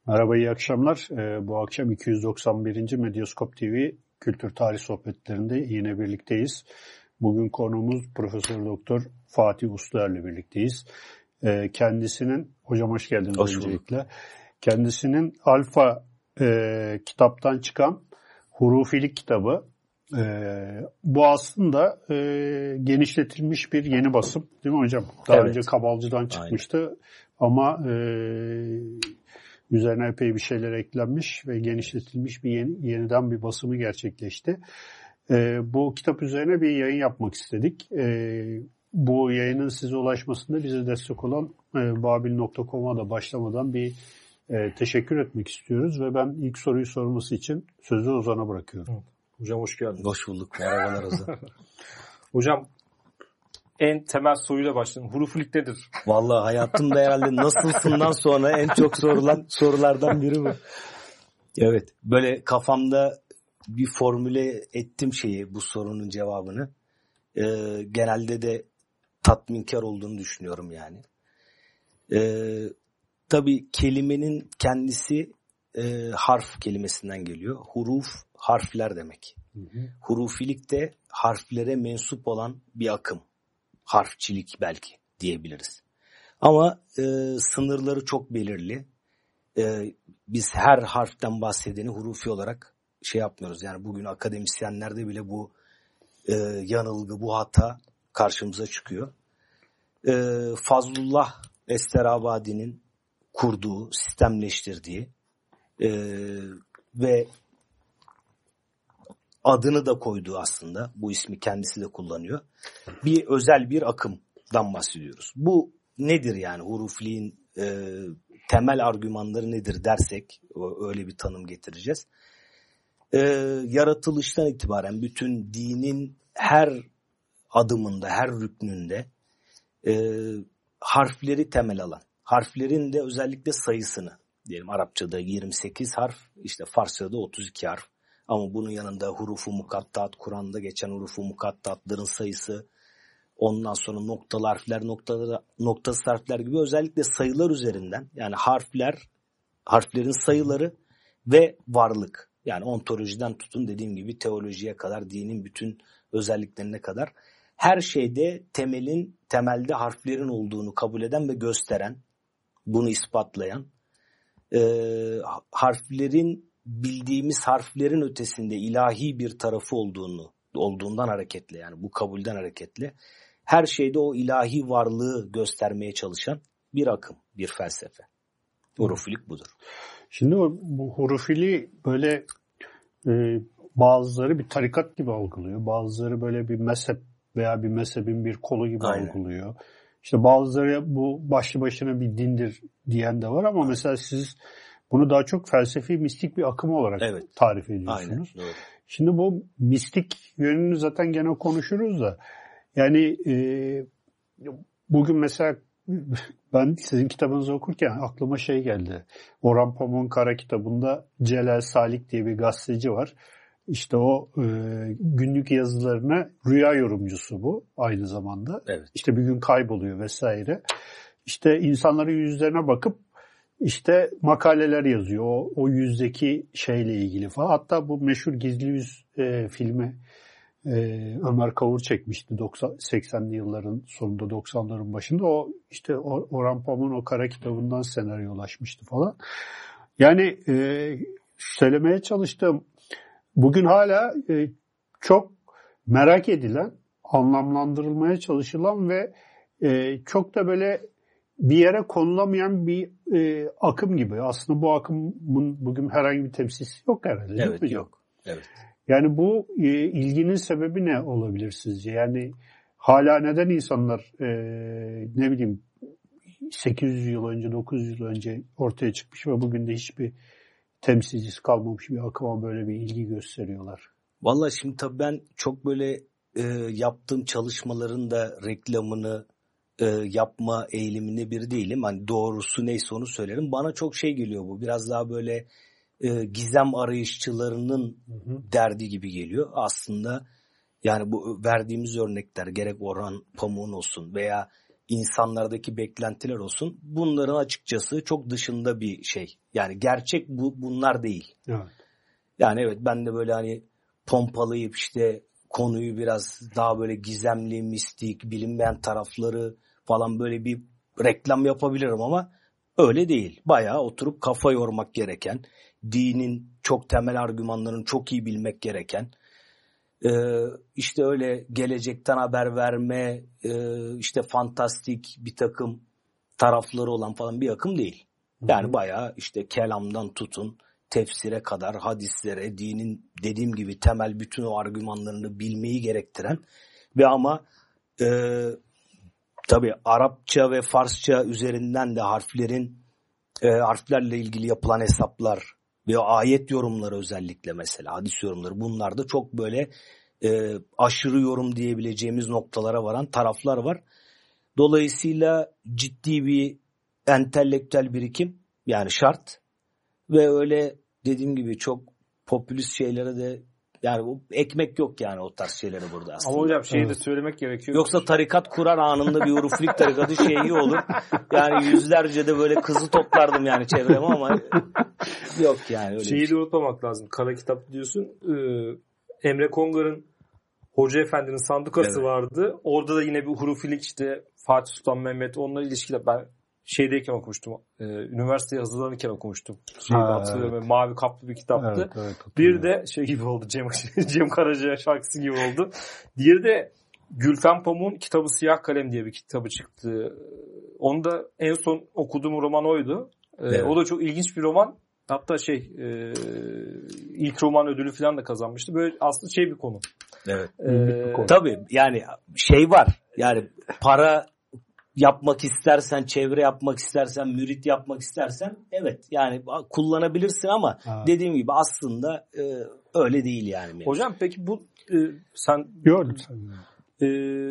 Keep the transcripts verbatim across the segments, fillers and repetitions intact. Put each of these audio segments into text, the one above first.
Merhaba, iyi akşamlar. Ee, bu akşam iki yüz doksan birinci Medyaskop T V Kültür Tarih Sohbetlerinde yine birlikteyiz. Bugün konuğumuz Profesör Doktor Fatih Usluer'le birlikteyiz. Ee, kendisinin, hocam hoş geldiniz hoş öncelikle. Bulduk. Kendisinin Alfa e, kitaptan çıkan Hurufilik kitabı. E, bu aslında e, genişletilmiş bir yeni basım, değil mi hocam? Daha evet. önce Kabalcı'dan çıkmıştı. Aynen. Ama e, üzerine epey bir şeyler eklenmiş ve genişletilmiş bir yeni, yeniden bir basımı gerçekleşti. E, bu kitap üzerine bir yayın yapmak istedik. E, bu yayının size ulaşmasında bize destek olan e, babil nokta com'a da başlamadan bir e, teşekkür etmek istiyoruz ve ben ilk soruyu sorması için sözü Ozan'a bırakıyorum. Evet. Hocam hoş geldiniz. Hoş bulduk. Merhabalar Ozan. Hocam en temel soruyla başlayalım. Hurufilik nedir? Vallahi hayatımda herhalde nasılsından sonra en çok sorulan sorulardan biri bu. Evet. Böyle kafamda bir formüle ettim şeyi, bu sorunun cevabını. Ee, genelde de tatminkar olduğunu düşünüyorum yani. Ee, tabii kelimenin kendisi e, harf kelimesinden geliyor. Huruf, harfler demek. Hı hı. Hurufilik de harflere mensup olan bir akım. Harfçilik belki diyebiliriz. Ama e, sınırları çok belirli. E, biz her harften bahsedeni hurufi olarak şey yapmıyoruz. Yani bugün akademisyenlerde bile bu e, yanılgı, bu hata karşımıza çıkıyor. E, Fazlullah Esterabadi'nin kurduğu, sistemleştirdiği e, ve adını da koyduğu, aslında bu ismi kendisi de kullanıyor, bir özel bir akımdan bahsediyoruz. Bu nedir yani, hurufiliğin e, temel argümanları nedir dersek öyle bir tanım getireceğiz. E, yaratılıştan itibaren bütün dinin her adımında, her rüknünde e, harfleri temel alan, harflerin de özellikle sayısını, diyelim Arapçada yirmi sekiz harf, işte Farsçada otuz iki harf. Ama bunun yanında hurufu mukattat, Kur'an'da geçen hurufu mukattatların sayısı, ondan sonra noktalı harfler, noktalı, noktasız harfler gibi özellikle sayılar üzerinden, yani harfler, harflerin sayıları ve varlık. Yani ontolojiden tutun dediğim gibi teolojiye kadar, dinin bütün özelliklerine kadar her şeyde temelin, temelde harflerin olduğunu kabul eden ve gösteren, bunu ispatlayan, e, harflerin bildiğimiz harflerin ötesinde ilahi bir tarafı olduğunu, olduğundan hareketle, yani bu kabulden hareketle her şeyde o ilahi varlığı göstermeye çalışan bir akım, bir felsefe. Hurufilik budur. Şimdi o, bu hurufili böyle e, bazıları bir tarikat gibi algılıyor. Bazıları böyle bir mezhep veya bir mezhebin bir kolu gibi Aynen. algılıyor. İşte bazıları bu başlı başına bir dindir diyen de var ama Aynen. mesela siz bunu daha çok felsefi, mistik bir akım olarak evet. tarif ediyorsunuz. Aynen, Şimdi bu mistik yönünü zaten gene konuşuruz da. Yani e, bugün mesela ben sizin kitabınızı okurken aklıma şey geldi. Orhan Pamuk'un Kara kitabında Celal Salik diye bir gazeteci var. İşte o e, günlük yazılarına rüya yorumcusu bu aynı zamanda. Evet. İşte bir gün kayboluyor vesaire. İşte insanların yüzlerine bakıp İşte makaleler yazıyor o, o yüzdeki şeyle ilgili falan. Hatta bu meşhur Gizli Yüz e, filmi e, Ömer Kavur çekmişti doksan, seksenli yılların sonunda, doksanların başında. O işte Orhan Pamuk'un o Kara kitabından senaryolaşmıştı falan. Yani e, söylemeye çalıştığım, bugün hala e, çok merak edilen, anlamlandırılmaya çalışılan ve e, çok da böyle bir yere konulamayan bir e, akım gibi. Aslında bu akımın bugün herhangi bir temsilcisi yok herhalde. Evet, yok. Evet. Yani bu e, ilginin sebebi ne olabilir sizce? Yani hala neden insanlar e, ne bileyim sekiz yüz yıl önce, dokuz yüz yıl önce ortaya çıkmış ve bugün de hiçbir temsilcisi kalmamış bir akıma böyle bir ilgi gösteriyorlar? Vallahi şimdi tabii ben çok böyle e, yaptığım çalışmaların da reklamını E, yapma eğiliminde biri değilim. Hani doğrusu neyse onu söylerim. Bana çok şey geliyor bu. Biraz daha böyle e, gizem arayışçılarının hı hı. derdi gibi geliyor. Aslında yani bu verdiğimiz örnekler, gerek Orhan Pamuk'un olsun veya insanlardaki beklentiler olsun. Bunların açıkçası çok dışında bir şey. Yani gerçek bu bunlar değil. Evet. Yani evet ben de böyle hani pompalayıp işte konuyu biraz daha böyle gizemli, mistik, bilinmeyen tarafları falan böyle bir reklam yapabilirim ama öyle değil. Bayağı oturup kafa yormak gereken, dinin çok temel argümanlarını çok iyi bilmek gereken, işte öyle gelecekten haber verme, işte fantastik bir takım tarafları olan falan bir akım değil. Yani bayağı işte kelamdan tutun, tefsire kadar, hadislere, dinin dediğim gibi temel bütün o argümanlarını bilmeyi gerektiren ve ama e, tabii Arapça ve Farsça üzerinden de harflerin e, harflerle ilgili yapılan hesaplar ve ayet yorumları özellikle mesela hadis yorumları bunlar da çok böyle e, aşırı yorum diyebileceğimiz noktalara varan taraflar var. Dolayısıyla ciddi bir entelektüel birikim yani şart ve öyle dediğim gibi çok popülist şeylere de yani ekmek yok yani o tarz şeylere burada aslında. Ama hocam şeyi evet. de söylemek gerekiyor. Yoksa tarikat kurar anında bir uruflik tarikatı şeyi olur. Yani yüzlerce de böyle kızı toplardım yani çevreme ama yok yani öyle. Şeyi bir şey. de unutmamak lazım. Kara kitap diyorsun. Ee, Emre Kongar'ın Hoca Efendi'nin sandukası evet. vardı. Orada da yine bir hurufilik işte Fatih Sultan Mehmet onunla ilişkili ben şeydeyken okumuştum. E, üniversiteye hazırlanırken okumuştum. Şey, ha, hatırlıyorum. evet. Mavi kaplı bir kitaptı. Evet, evet, bir de şey gibi oldu. Cem, Cem Karaca şarkısı gibi oldu. Diğeri de Gülfem Pamuk'un kitabı Siyah Kalem diye bir kitabı çıktı. Onu da en son okuduğum roman oydu. E, evet. O da çok ilginç bir roman. Hatta şey e, ilk roman ödülü falan da kazanmıştı. Böyle aslında şey bir konu. Evet. Ee, konu. Tabii yani şey var. Yani para yapmak istersen, çevre yapmak istersen, mürit yapmak istersen evet yani kullanabilirsin ama ha. dediğim gibi aslında e, öyle değil yani. Hocam peki bu e, sen gördüm. E,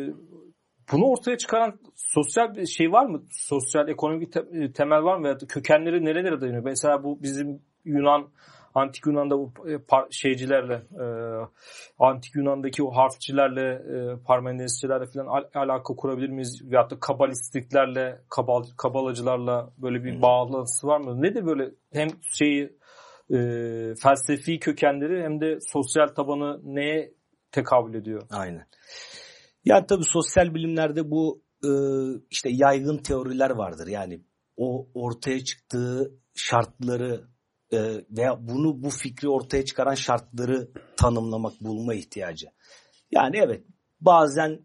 bunu ortaya çıkaran sosyal bir şey var mı? Sosyal ekonomik te- temel var mı? Veya kökenleri nerelere dayanıyor? Mesela bu bizim Yunan Antik Yunan'da bu şeycilerle, e, Antik Yunan'daki o harfçilerle, e, Parmenidesçilerle falan al- alaka kurabilir miyiz? Veyahut da kabalistliklerle, kabal, kabalacılarla böyle bir bağlantısı var mı? Nedir böyle hem şeyi e, felsefi kökenleri hem de sosyal tabanı neye tekabül ediyor? Aynen. Yani tabii sosyal bilimlerde bu e, işte yaygın teoriler vardır. Yani o ortaya çıktığı şartları veya bunu bu fikri ortaya çıkaran şartları tanımlamak, bulma ihtiyacı. Yani evet bazen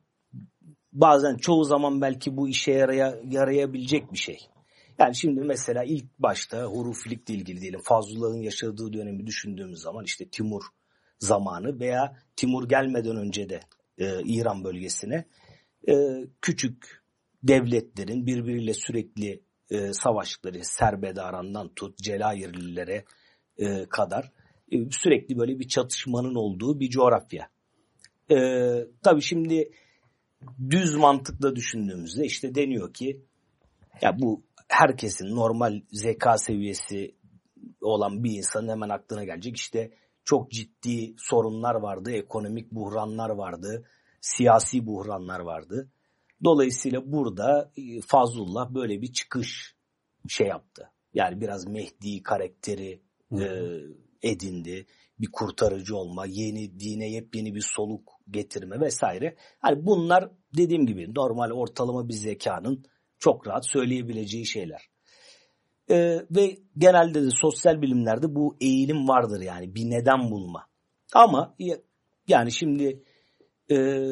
bazen çoğu zaman belki bu işe yaraya, yarayabilecek bir şey. Yani şimdi mesela ilk başta hurufilikle ilgili diyelim Fazlullah'ın yaşadığı dönemi düşündüğümüz zaman işte Timur zamanı veya Timur gelmeden önce de e, İran bölgesine e, küçük devletlerin birbiriyle sürekli E, savaşları Serbedaran'dan tut Celayirlilere e, kadar e, sürekli böyle bir çatışmanın olduğu bir coğrafya. E, tabii şimdi düz mantıkla düşündüğümüzde işte deniyor ki ya bu herkesin normal zeka seviyesi olan bir insanın hemen aklına gelecek işte çok ciddi sorunlar vardı, ekonomik buhranlar vardı, siyasi buhranlar vardı. Dolayısıyla burada Fazlullah böyle bir çıkış şey yaptı. Yani biraz Mehdi karakteri e, edindi. Bir kurtarıcı olma, yeni dine yepyeni bir soluk getirme vesaire. Hani bunlar dediğim gibi normal ortalama bir zekanın çok rahat söyleyebileceği şeyler. E, ve genelde de sosyal bilimlerde bu eğilim vardır yani bir neden bulma. Ama yani şimdi e,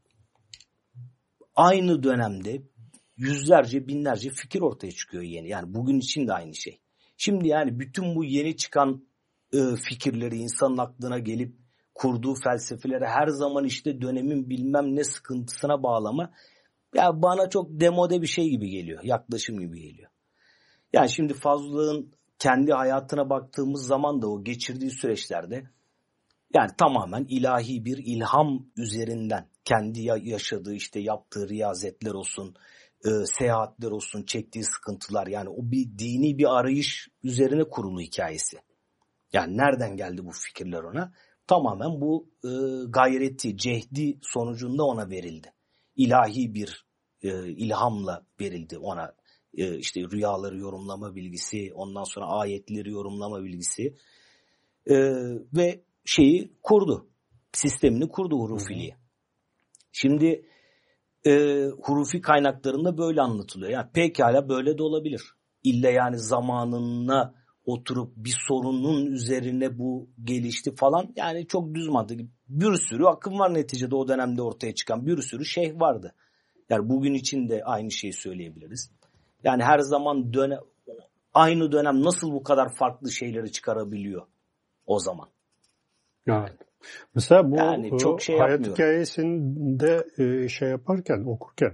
aynı dönemde yüzlerce, binlerce fikir ortaya çıkıyor yeni. Yani bugün için de aynı şey. Şimdi yani bütün bu yeni çıkan e, fikirleri insanın aklına gelip kurduğu felsefelere her zaman işte dönemin bilmem ne sıkıntısına bağlama ya bana çok demode bir şey gibi geliyor. Yaklaşım gibi geliyor. Yani şimdi Fazlıllah'ın kendi hayatına baktığımız zaman da o geçirdiği süreçlerde yani tamamen ilahi bir ilham üzerinden kendi yaşadığı işte yaptığı riyazetler olsun, e, seyahatler olsun, çektiği sıkıntılar yani o bir dini bir arayış üzerine kurulu hikayesi. Yani nereden geldi bu fikirler ona? Tamamen bu e, gayreti, cehdi sonucunda ona verildi. İlahi bir e, ilhamla verildi ona. E, işte rüyaları yorumlama bilgisi, ondan sonra ayetleri yorumlama bilgisi e, ve şeyi kurdu. Sistemini kurdu hurufiliği. Hı hı. Şimdi e, hurufi kaynaklarında böyle anlatılıyor. Yani pekala böyle de olabilir. İlla yani zamanına oturup bir sorunun üzerine bu gelişti falan. Yani çok düz mantık. Bir sürü akım var neticede o dönemde ortaya çıkan. Bir sürü şeyh vardı. Yani bugün için de aynı şeyi söyleyebiliriz. Yani her zaman dönem, aynı dönem nasıl bu kadar farklı şeyleri çıkarabiliyor o zaman? Evet. Mesela bu yani çok şey hayat yapmıyorum. hikayesinde şey yaparken, okurken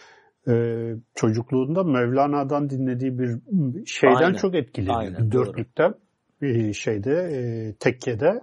çocukluğunda Mevlana'dan dinlediği bir şeyden Aynen. çok etkileniyor. Aynen, bir dörtlükten bir şeyde tekkede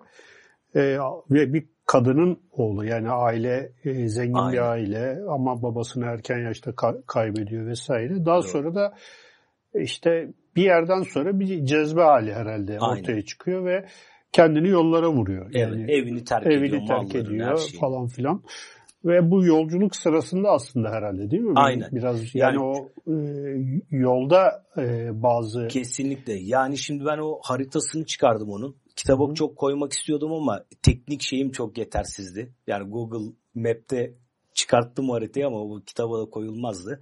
ve bir kadının oğlu yani aile zengin Aynen. bir aile ama babasını erken yaşta kaybediyor vesaire. Daha doğru. sonra da işte bir yerden sonra bir cezbe hali herhalde Aynen. ortaya çıkıyor ve kendini yollara vuruyor. Yani evet, evini terk evini ediyor, terk ediyor falan filan. Ve bu yolculuk sırasında aslında herhalde değil mi? Aynen. Biraz yani, yani o e, yolda e, bazı... Kesinlikle. Yani şimdi ben o haritasını çıkardım onun. Kitaba Hı-hı. çok koymak istiyordum ama teknik şeyim çok yetersizdi. Yani Google Map'te çıkarttım haritayı ama bu kitaba da koyulmazdı.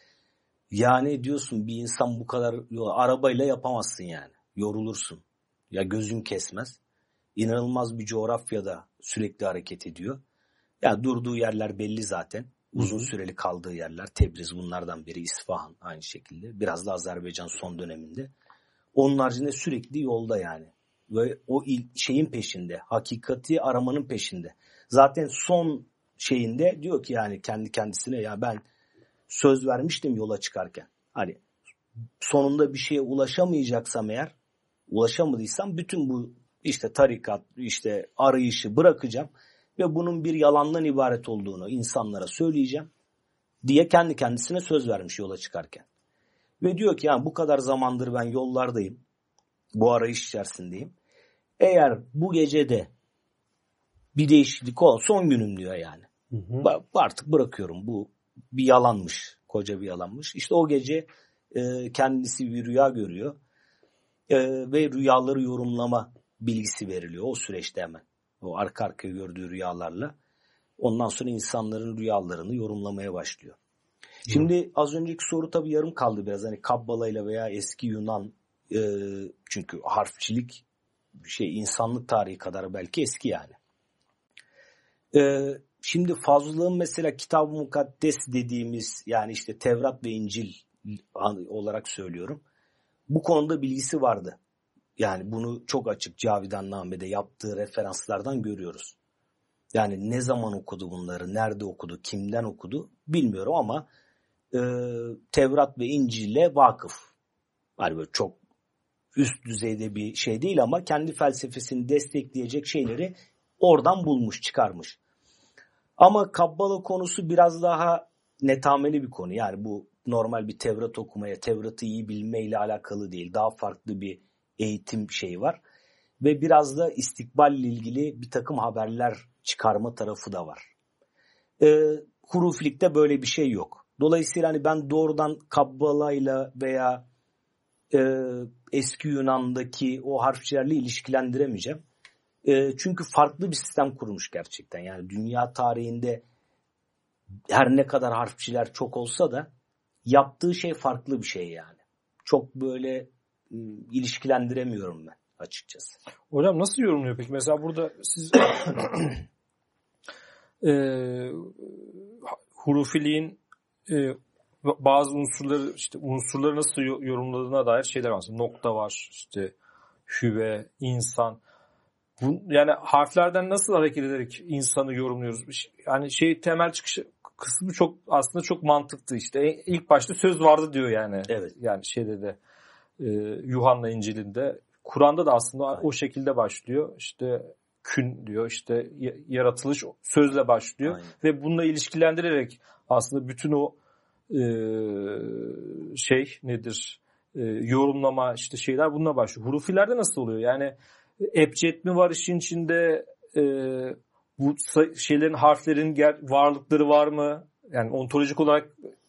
Yani diyorsun bir insan bu kadar yol, arabayla yapamazsın yani. Yorulursun. Ya gözün kesmez. İnanılmaz bir coğrafyada sürekli hareket ediyor. Yani durduğu yerler belli zaten. Uzun Hı-hı. süreli kaldığı yerler. Tebriz bunlardan biri. İsfahan aynı şekilde. Biraz da Azerbaycan son döneminde. Onun haricinde sürekli yolda yani. Ve o il, şeyin peşinde. Hakikati aramanın peşinde. Zaten son şeyinde diyor ki yani kendi kendisine ya ben söz vermiştim yola çıkarken. Hani sonunda bir şeye ulaşamayacaksam eğer ulaşamadıysam bütün bu işte tarikat işte arayışı bırakacağım. Ve bunun bir yalandan ibaret olduğunu insanlara söyleyeceğim diye kendi kendisine söz vermiş yola çıkarken. Ve diyor ki yani bu kadar zamandır ben yollardayım. Bu arayış içerisindeyim. Eğer bu gecede bir değişiklik ol, son günüm diyor yani. Hı hı. Artık bırakıyorum bu bir yalanmış. Koca bir yalanmış. İşte o gece e, kendisi bir rüya görüyor. E, ve rüyaları yorumlama bilgisi veriliyor o süreçte hemen. O arka arkaya gördüğü rüyalarla. Ondan sonra insanların rüyalarını yorumlamaya başlıyor. Şimdi az önceki soru tabii yarım kaldı biraz. Hani Kabbalayla veya eski Yunan e, çünkü harfçilik şey insanlık tarihi kadar belki eski yani. E, şimdi Fazlılığın mesela Kitab-ı Mukaddes dediğimiz yani işte Tevrat ve İncil olarak söylüyorum. Bu konuda bilgisi vardı. Yani bunu çok açık Cavidanname'de yaptığı referanslardan görüyoruz. Yani ne zaman okudu bunları, nerede okudu, kimden okudu bilmiyorum ama e, Tevrat ve İncil'le vakıf. Yani böyle çok üst düzeyde bir şey değil ama kendi felsefesini destekleyecek şeyleri oradan bulmuş, çıkarmış. Ama Kabbala konusu biraz daha netameli bir konu. Yani bu normal bir Tevrat okumaya, Tevrat'ı iyi bilmeyle alakalı değil. Daha farklı bir eğitim şeyi var. Ve biraz da istikballe ilgili bir takım haberler çıkarma tarafı da var. Ee, Hurufilikte böyle bir şey yok. Dolayısıyla hani ben doğrudan Kabbala'yla veya e, eski Yunan'daki o harfçilerle ilişkilendiremeyeceğim. E, çünkü farklı bir sistem kurmuş gerçekten. Yani dünya tarihinde her ne kadar harfçiler çok olsa da yaptığı şey farklı bir şey yani. Çok böyle ım, ilişkilendiremiyorum ben açıkçası. Hocam nasıl yorumluyor peki? Mesela burada siz e, hurufiliğin e, bazı unsurları işte unsurları nasıl yorumladığına dair şeyler var. Nokta var, işte hüve, insan. Bu, yani harflerden nasıl hareket ederek insanı yorumluyoruz? Yani şey temel çıkış kısmı çok aslında çok mantıklı işte. İlk başta söz vardı diyor yani. Evet. Yani şeyde de e, Yuhanna İncil'inde, Kur'an'da da aslında Aynen. o şekilde başlıyor. İşte kün diyor, işte yaratılış sözle başlıyor. Aynen. Ve bununla ilişkilendirerek aslında bütün o e, şey nedir? E, yorumlama işte şeyler bununla başlıyor. Hurufilerde nasıl oluyor? Yani ebced mi var işin içinde? E, bu şeylerin, harflerin ger- varlıkları var mı? Yani ontolojik olarak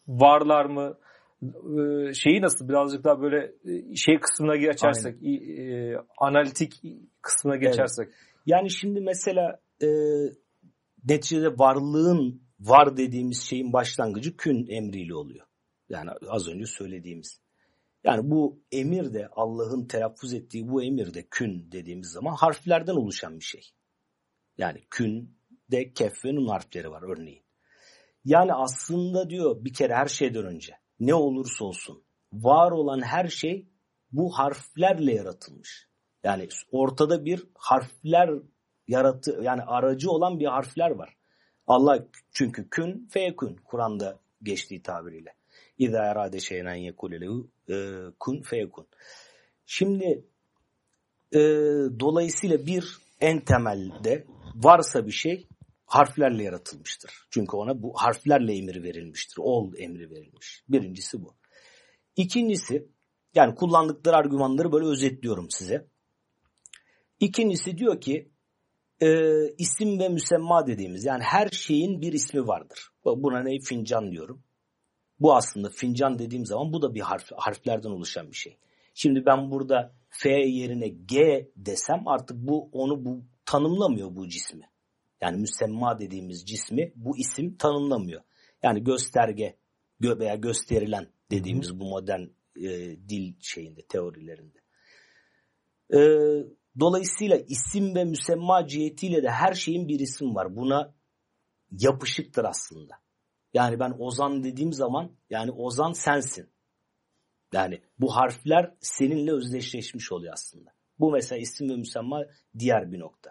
varlar mı? Şeyi nasıl birazcık daha böyle şey kısmına geçersek, e, analitik kısmına geçersek. Evet. Yani şimdi mesela e, neticede varlığın var dediğimiz şeyin başlangıcı kün emriyle oluyor. Yani az önce söylediğimiz. Yani bu emir de Allah'ın telaffuz ettiği bu emir de kün dediğimiz zaman harflerden oluşan bir şey. Yani kün de kef ve nun harfleri var örneğin. Yani aslında diyor bir kere her şeyden önce ne olursa olsun var olan her şey bu harflerle yaratılmış. Yani ortada bir harfler yaratı yani aracı olan bir harfler var. Allah çünkü kün feyekün Kur'an'da geçtiği tabiriyle. İzâ erâde şey'en yekûle lehu kun feyekun. Şimdi e, dolayısıyla bir en temelde varsa bir şey harflerle yaratılmıştır. Çünkü ona bu harflerle emir verilmiştir. Ol emri verilmiş. Birincisi bu. İkincisi yani kullandıkları argümanları böyle özetliyorum size. İkincisi diyor ki e, isim ve müsemma dediğimiz yani her şeyin bir ismi vardır. Buna ne fincan diyorum. Bu aslında fincan dediğim zaman bu da bir harf, harflerden oluşan bir şey. Şimdi ben burada F yerine G desem artık bu onu bu tanımlamıyor bu cismi. Yani müsemma dediğimiz cismi bu isim tanımlamıyor. Yani gösterge veya gösterilen dediğimiz Hı-hı. bu modern e, dil şeyinde teorilerinde. E, dolayısıyla isim ve müsemma cihetiyle de her şeyin bir isim var. Buna yapışıktır aslında. Yani ben Ozan dediğim zaman yani Ozan sensin. Yani bu harfler seninle özdeşleşmiş oluyor aslında. Bu mesela isim ve müsemma diğer bir nokta.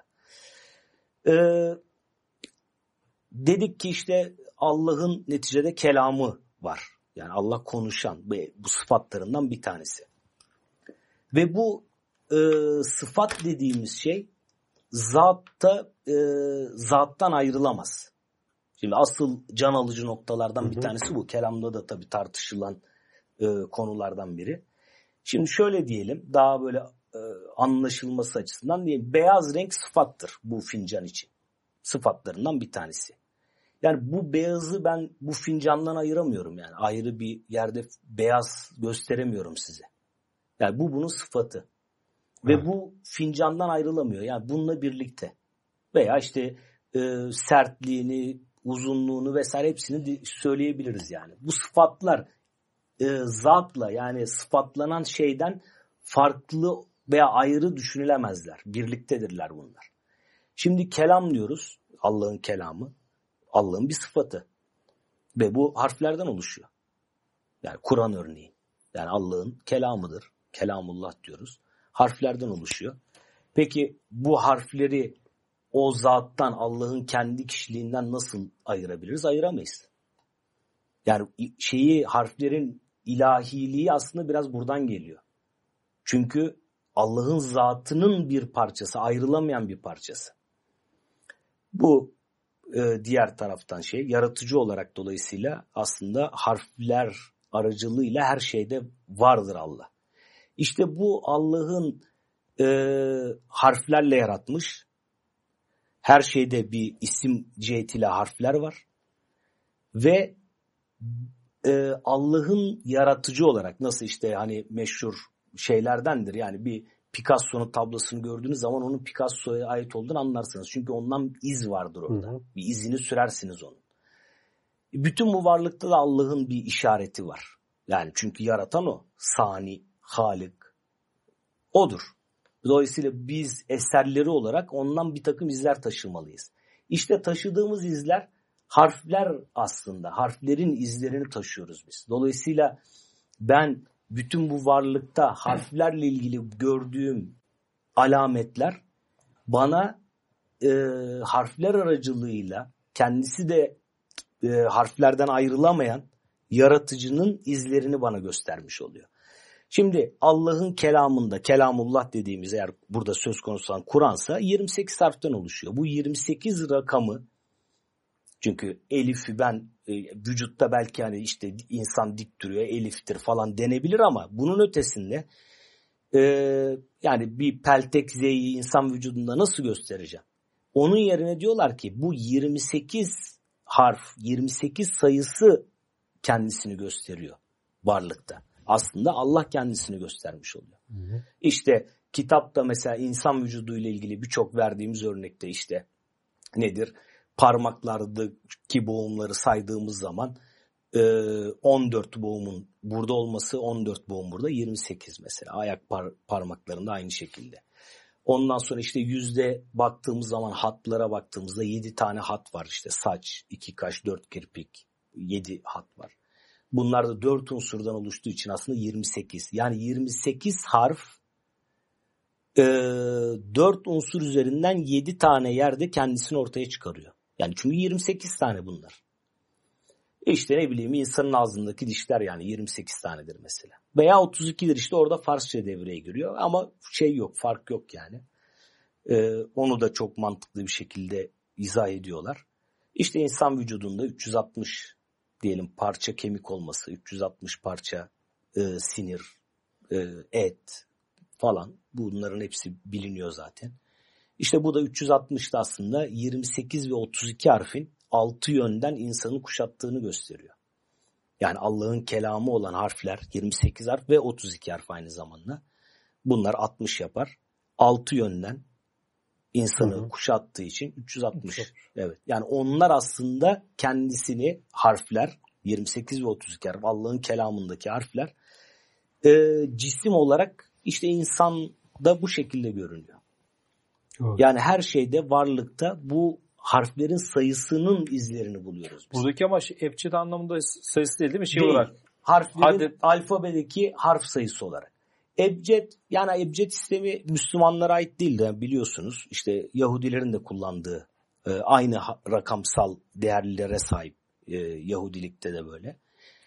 Ee, dedik ki işte Allah'ın neticede kelamı var. Yani Allah konuşan bu sıfatlarından bir tanesi. Ve bu e, sıfat dediğimiz şey zatta e, zattan ayrılamaz. Şimdi asıl can alıcı noktalardan bir tanesi bu. Kelamda da tabii tartışılan e, konulardan biri. Şimdi şöyle diyelim daha böyle e, anlaşılması açısından diyelim beyaz renk sıfattır bu fincan için. Sıfatlarından bir tanesi. Yani bu beyazı ben bu fincandan ayıramıyorum yani. Ayrı bir yerde beyaz gösteremiyorum size. Yani bu bunun sıfatı. Ve evet. Bu fincandan ayrılamıyor. Yani bununla birlikte. Veya işte e, sertliğini, uzunluğunu vesaire hepsini söyleyebiliriz yani. Bu sıfatlar e, zatla yani sıfatlanan şeyden farklı veya ayrı düşünülemezler. Birliktedirler bunlar. Şimdi kelam diyoruz. Allah'ın kelamı. Allah'ın bir sıfatı. Ve bu harflerden oluşuyor. Yani Kur'an örneği. Yani Allah'ın kelamıdır. Kelamullah diyoruz. Harflerden oluşuyor. Peki bu harfleri o zattan, Allah'ın kendi kişiliğinden nasıl ayırabiliriz? Ayıramayız. Yani şeyi, harflerin ilahiliği aslında biraz buradan geliyor. Çünkü Allah'ın zatının bir parçası, ayrılamayan bir parçası. Bu e, diğer taraftan şey, yaratıcı olarak dolayısıyla aslında harfler aracılığıyla her şeyde vardır Allah. İşte bu Allah'ın e, harflerle yaratmış. Her şeyde bir isim cihetiyle harfler var. Ve e, Allah'ın yaratıcı olarak nasıl işte hani meşhur şeylerdendir. Yani bir Picasso'nun tablosunu gördüğünüz zaman onun Picasso'ya ait olduğunu anlarsınız. Çünkü ondan iz vardır orada. Hı hı. Bir izini sürersiniz onun. Bütün bu varlıkta da Allah'ın bir işareti var. Yani çünkü yaratan o. Sani, Halik. Odur. Dolayısıyla biz eserleri olarak ondan bir takım izler taşımalıyız. İşte taşıdığımız izler harfler aslında. Harflerin izlerini taşıyoruz biz. Dolayısıyla ben bütün bu varlıkta harflerle ilgili gördüğüm alametler bana e, harfler aracılığıyla kendisi de e, harflerden ayrılamayan yaratıcının izlerini bana göstermiş oluyor. Şimdi Allah'ın kelamında, kelamullah dediğimiz eğer burada söz konusu olan Kur'ansa yirmi sekiz harften oluşuyor. Bu yirmi sekiz rakamı çünkü elifi ben e, vücutta belki hani işte insan dik duruyor eliftir falan denebilir ama bunun ötesinde e, yani bir peltek zeyi insan vücudunda nasıl göstereceğim? Onun yerine diyorlar ki bu yirmi sekiz harf, yirmi sekiz sayısı kendisini gösteriyor varlıkta. Aslında Allah kendisini göstermiş oluyor. Hı hı. İşte kitapta mesela insan vücuduyla ilgili birçok verdiğimiz örnekte işte nedir? Parmaklardaki boğumları saydığımız zaman on dört boğumun burada olması, on dört boğum burada, yirmi sekiz mesela. Ayak par- parmaklarında aynı şekilde. Ondan sonra işte yüzde baktığımız zaman, hatlara baktığımızda yedi tane hat var. İşte saç, iki kaş, dört kirpik, yedi hat var. Bunlar da dört unsurdan oluştuğu için aslında yirmi sekiz. Yani yirmi sekiz harf dört unsur üzerinden yedi tane yerde kendisini ortaya çıkarıyor. Yani çünkü yirmi sekiz tane bunlar. İşte ne bileyim insanın ağzındaki dişler yani yirmi sekiz tanedir mesela. Veya otuz ikidir, işte orada Farsça devreye giriyor ama şey yok, fark yok yani. Ee, onu da çok mantıklı bir şekilde izah ediyorlar. İşte insan vücudunda üç yüz altmış diyelim parça kemik olması, üç yüz altmış parça e, sinir, e, et falan, bunların hepsi biliniyor zaten. İşte bu da üç yüz altmışta aslında yirmi sekiz ve otuz iki harfin altı yönden insanı kuşattığını gösteriyor. Yani Allah'ın kelamı olan harfler yirmi sekiz harf ve otuz iki harf aynı zamanda. Bunlar altmış yapar. altı yönden insanı hı hı. kuşattığı için üç yüz altmış. Evet. Yani onlar aslında kendisini, harfler yirmi sekiz ve otuz iki harf, Allah'ın kelamındaki harfler e, cisim olarak işte insanda bu şekilde görünüyor. Evet. Yani her şeyde, varlıkta bu harflerin sayısının izlerini buluyoruz biz. Buradaki ama ebced anlamında sayısı değil değil mi? Şey değil. Olarak. Harflerin Adet. alfabedeki harf sayısı olarak. Ebced, yani ebced sistemi Müslümanlara ait değil de biliyorsunuz. İşte Yahudilerin de kullandığı e, aynı rakamsal değerlere sahip e, Yahudilikte de böyle.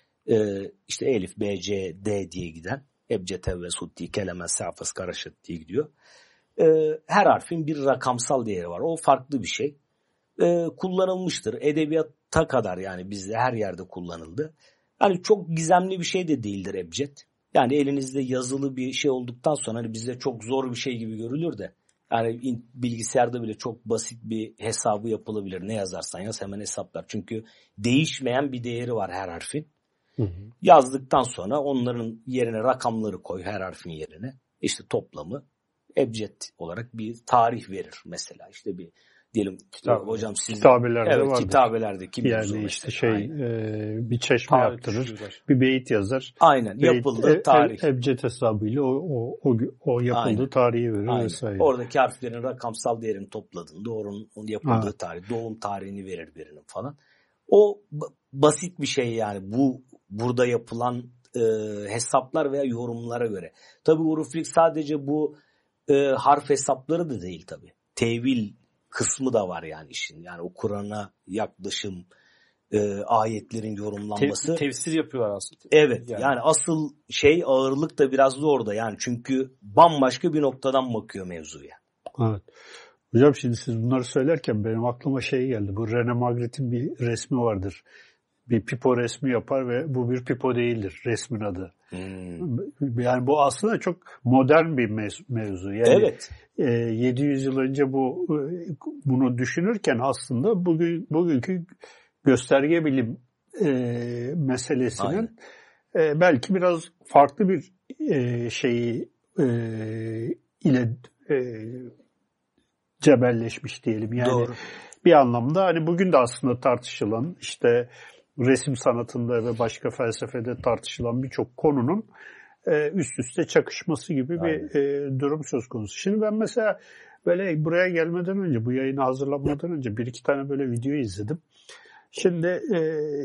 E, işte Elif, B, C, D diye giden ebced ve sutti, keleme, safas, karaşet diye gidiyor. E, her harfin bir rakamsal değeri var. O farklı bir şey. E, kullanılmıştır. Edebiyatta kadar yani bizde her yerde kullanıldı. Yani çok gizemli bir şey de değildir ebced. Yani elinizde yazılı bir şey olduktan sonra hani bizde çok zor bir şey gibi görülür de yani bilgisayarda bile çok basit bir hesabı yapılabilir. Ne yazarsan yaz hemen hesaplar. Çünkü değişmeyen bir değeri var her harfin. Hı hı. Yazdıktan sonra onların yerine rakamları koy, her harfin yerine. İşte toplamı ebced olarak bir tarih verir mesela. İşte bir diyelim Kitap, hocam siz kitabelerde evet, vardır. Kitabelerdeki yani işte şey e, bir çeşme tarih yaptırır, düşürür. bir beyit yazar. Aynen, beyit, yapıldığı tarih. E, ebced hesabıyla o o o, o yapıldığı Aynen. tarihi verir Aynen. vesaire. Oradaki harflerin rakamsal değerini topladığında onun, onun yapıldığı ha. tarih, doğum tarihini verir birinin falan. O b- basit bir şey yani bu burada yapılan e, hesaplar veya yorumlara göre. Tabii uruflik sadece bu e, harf hesapları da değil tabii. Tevil kısmı da var yani işin. Yani o Kur'an'a yaklaşım, e, ayetlerin yorumlanması. Te- tefsir yapıyorlar aslında. Evet yani. yani asıl şey, ağırlık da biraz da orada yani, çünkü bambaşka bir noktadan bakıyor mevzuya. Evet. Hocam şimdi siz bunları söylerken benim aklıma şey geldi. Bu René Magritte'in bir resmi vardır. Bir pipo resmi yapar ve bu bir pipo değildir resmin adı. Hmm. Yani bu aslında çok modern bir mevzu. Yani evet. yedi yüz yıl önce bu bunu düşünürken aslında bugün bugünkü gösterge bilim e, meselesinin e, belki biraz farklı bir e, şeyi e, ile e, cebelleşmiş diyelim. Yani Doğru. bir anlamda hani bugün de aslında tartışılan, işte resim sanatında ve başka felsefede tartışılan birçok konunun e, üst üste çakışması gibi Aynen. bir e, durum söz konusu. Şimdi ben mesela böyle buraya gelmeden önce, bu yayını hazırlanmadan önce bir iki tane böyle video izledim. Şimdi e,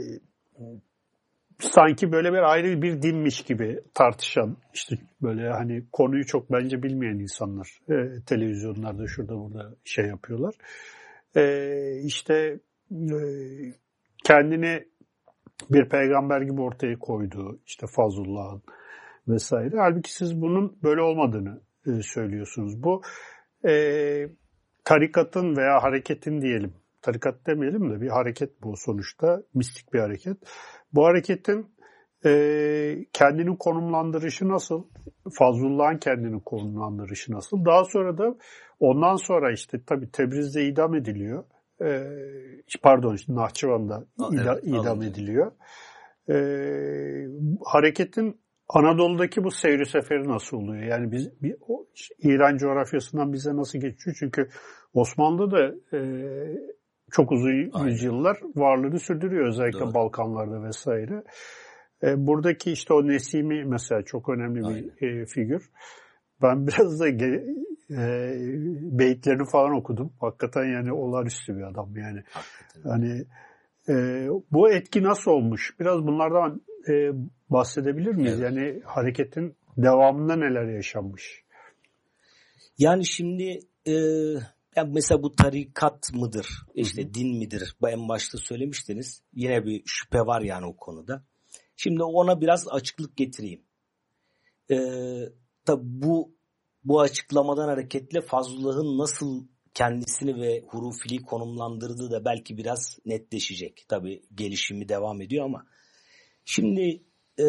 sanki böyle bir ayrı bir dinmiş gibi tartışan, işte böyle hani konuyu çok bence bilmeyen insanlar e, televizyonlarda şurada burada şey yapıyorlar. E, işte e, kendini bir peygamber gibi ortaya koyduğu, işte Fazlullah'ın vesaire. Halbuki siz bunun böyle olmadığını e, söylüyorsunuz. Bu e, tarikatın veya hareketin diyelim, tarikat demeyelim de bir hareket bu sonuçta, mistik bir hareket. Bu hareketin e, kendini konumlandırışı nasıl? Fazlullah'ın kendini konumlandırışı nasıl? Daha sonra da ondan sonra işte tabii Tebriz'de idam ediliyor. E, pardon işte Nahçıvan'da ida, evet, idam alındı. ediliyor. e, hareketin Anadolu'daki bu seyri seferi nasıl oluyor? Yani biz bir, o, İran coğrafyasından bize nasıl geçiyor? Çünkü Osmanlı da e, çok uzun Aynen. yüzyıllar varlığını sürdürüyor. Özellikle Doğru. Balkanlarda vesaire. E, buradaki işte o Nesimi mesela çok önemli Aynen. bir e, figür. Ben biraz da ge, e, beyitlerini falan okudum. Hakikaten yani olağanüstü bir adam yani. Hakikaten. Hani e, bu etki nasıl olmuş? Biraz bunlardan e, bahsedebilir miyiz? Evet. Yani hareketin devamında neler yaşanmış? Yani şimdi e, yani mesela bu tarikat mıdır? İşte Hı-hı. din midir? En başta söylemiştiniz. Yine bir şüphe var yani o konuda. Şimdi ona biraz açıklık getireyim. E, tabi bu bu açıklamadan hareketle Fazlullah'ın nasıl kendisini ve hurufiliği konumlandırdığı da belki biraz netleşecek. Tabii gelişimi devam ediyor ama şimdi e,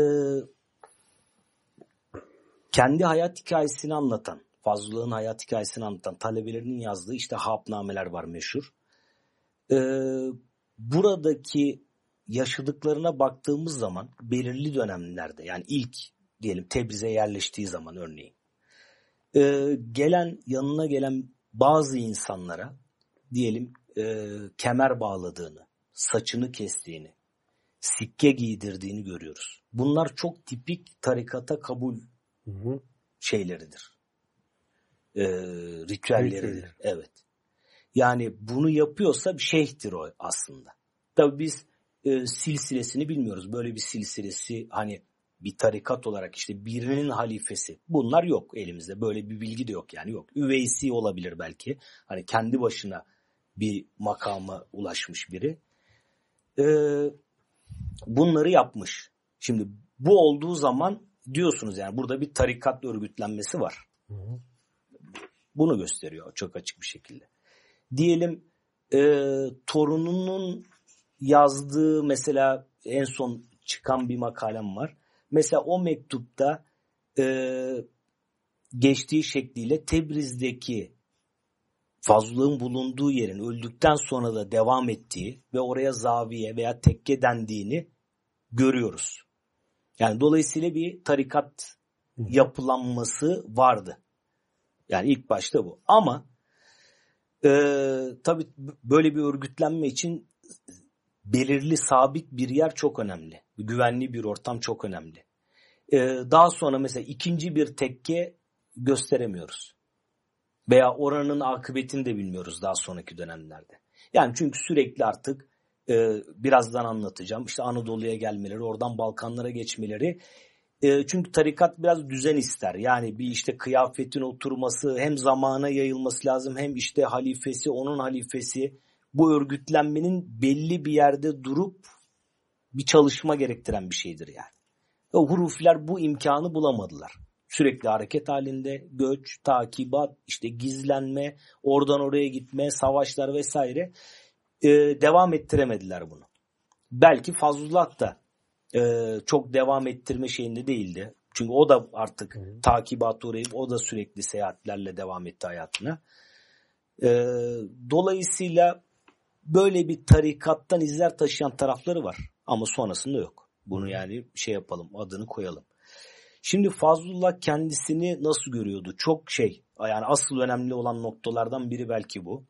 kendi hayat hikayesini anlatan, Fazlullah'ın hayat hikayesini anlatan talebelerinin yazdığı işte Hapnameler var meşhur. E, buradaki yaşadıklarına baktığımız zaman belirli dönemlerde yani ilk diyelim Tebriz'e yerleştiği zaman örneğin e, gelen yanına gelen bazı insanlara diyelim e, kemer bağladığını, saçını kestiğini, sikke giydirdiğini görüyoruz. Bunlar çok tipik tarikata kabul hı hı. şeyleridir. E, ritüelleridir. Peki. Evet. Yani bunu yapıyorsa bir şeyhtir o aslında. Tabii biz e, silsilesini bilmiyoruz. Böyle bir silsilesi hani bir tarikat olarak işte birinin halifesi. Bunlar yok elimizde. Böyle bir bilgi de yok yani yok. Üveysi olabilir belki. Hani kendi başına bir makama ulaşmış biri. Ee, bunları yapmış. Şimdi bu olduğu zaman diyorsunuz yani burada bir tarikat örgütlenmesi var. Hı hı. Bunu gösteriyor çok açık bir şekilde. Diyelim e, torununun yazdığı mesela en son çıkan bir makalem var. Mesela o mektupta e, geçtiği şekliyle Tebriz'deki Fazlullah'ın bulunduğu yerin öldükten sonra da devam ettiği ve oraya zaviye veya tekke dendiğini görüyoruz. Yani dolayısıyla bir tarikat yapılanması vardı. Yani ilk başta bu. Ama e, tabii böyle bir örgütlenme için belirli sabit bir yer çok önemli. Güvenli bir ortam çok önemli. Ee, daha sonra mesela ikinci bir tekke gösteremiyoruz. Veya oranın akıbetini de bilmiyoruz daha sonraki dönemlerde. Yani çünkü sürekli artık e, birazdan anlatacağım. İşte Anadolu'ya gelmeleri, oradan Balkanlara geçmeleri. E, çünkü tarikat biraz düzen ister. Yani bir işte kıyafetin oturması, hem zamana yayılması lazım, hem işte halifesi, onun halifesi. Bu örgütlenmenin belli bir yerde durup bir çalışma gerektiren bir şeydir yani. O hurufiler bu imkanı bulamadılar. Sürekli hareket halinde, göç, takibat, işte gizlenme, oradan oraya gitme, savaşlar vesaire e, devam ettiremediler bunu. Belki Fazlullah da e, çok devam ettirme şeyinde değildi. Çünkü o da artık Hı. takibata uğrayıp o da sürekli seyahatlerle devam etti hayatına. E, dolayısıyla böyle bir tarikattan izler taşıyan tarafları var. Ama sonrasında yok. Bunu yani şey yapalım, adını koyalım. Şimdi Fazlullah kendisini nasıl görüyordu? Çok şey, yani asıl önemli olan noktalardan biri belki bu.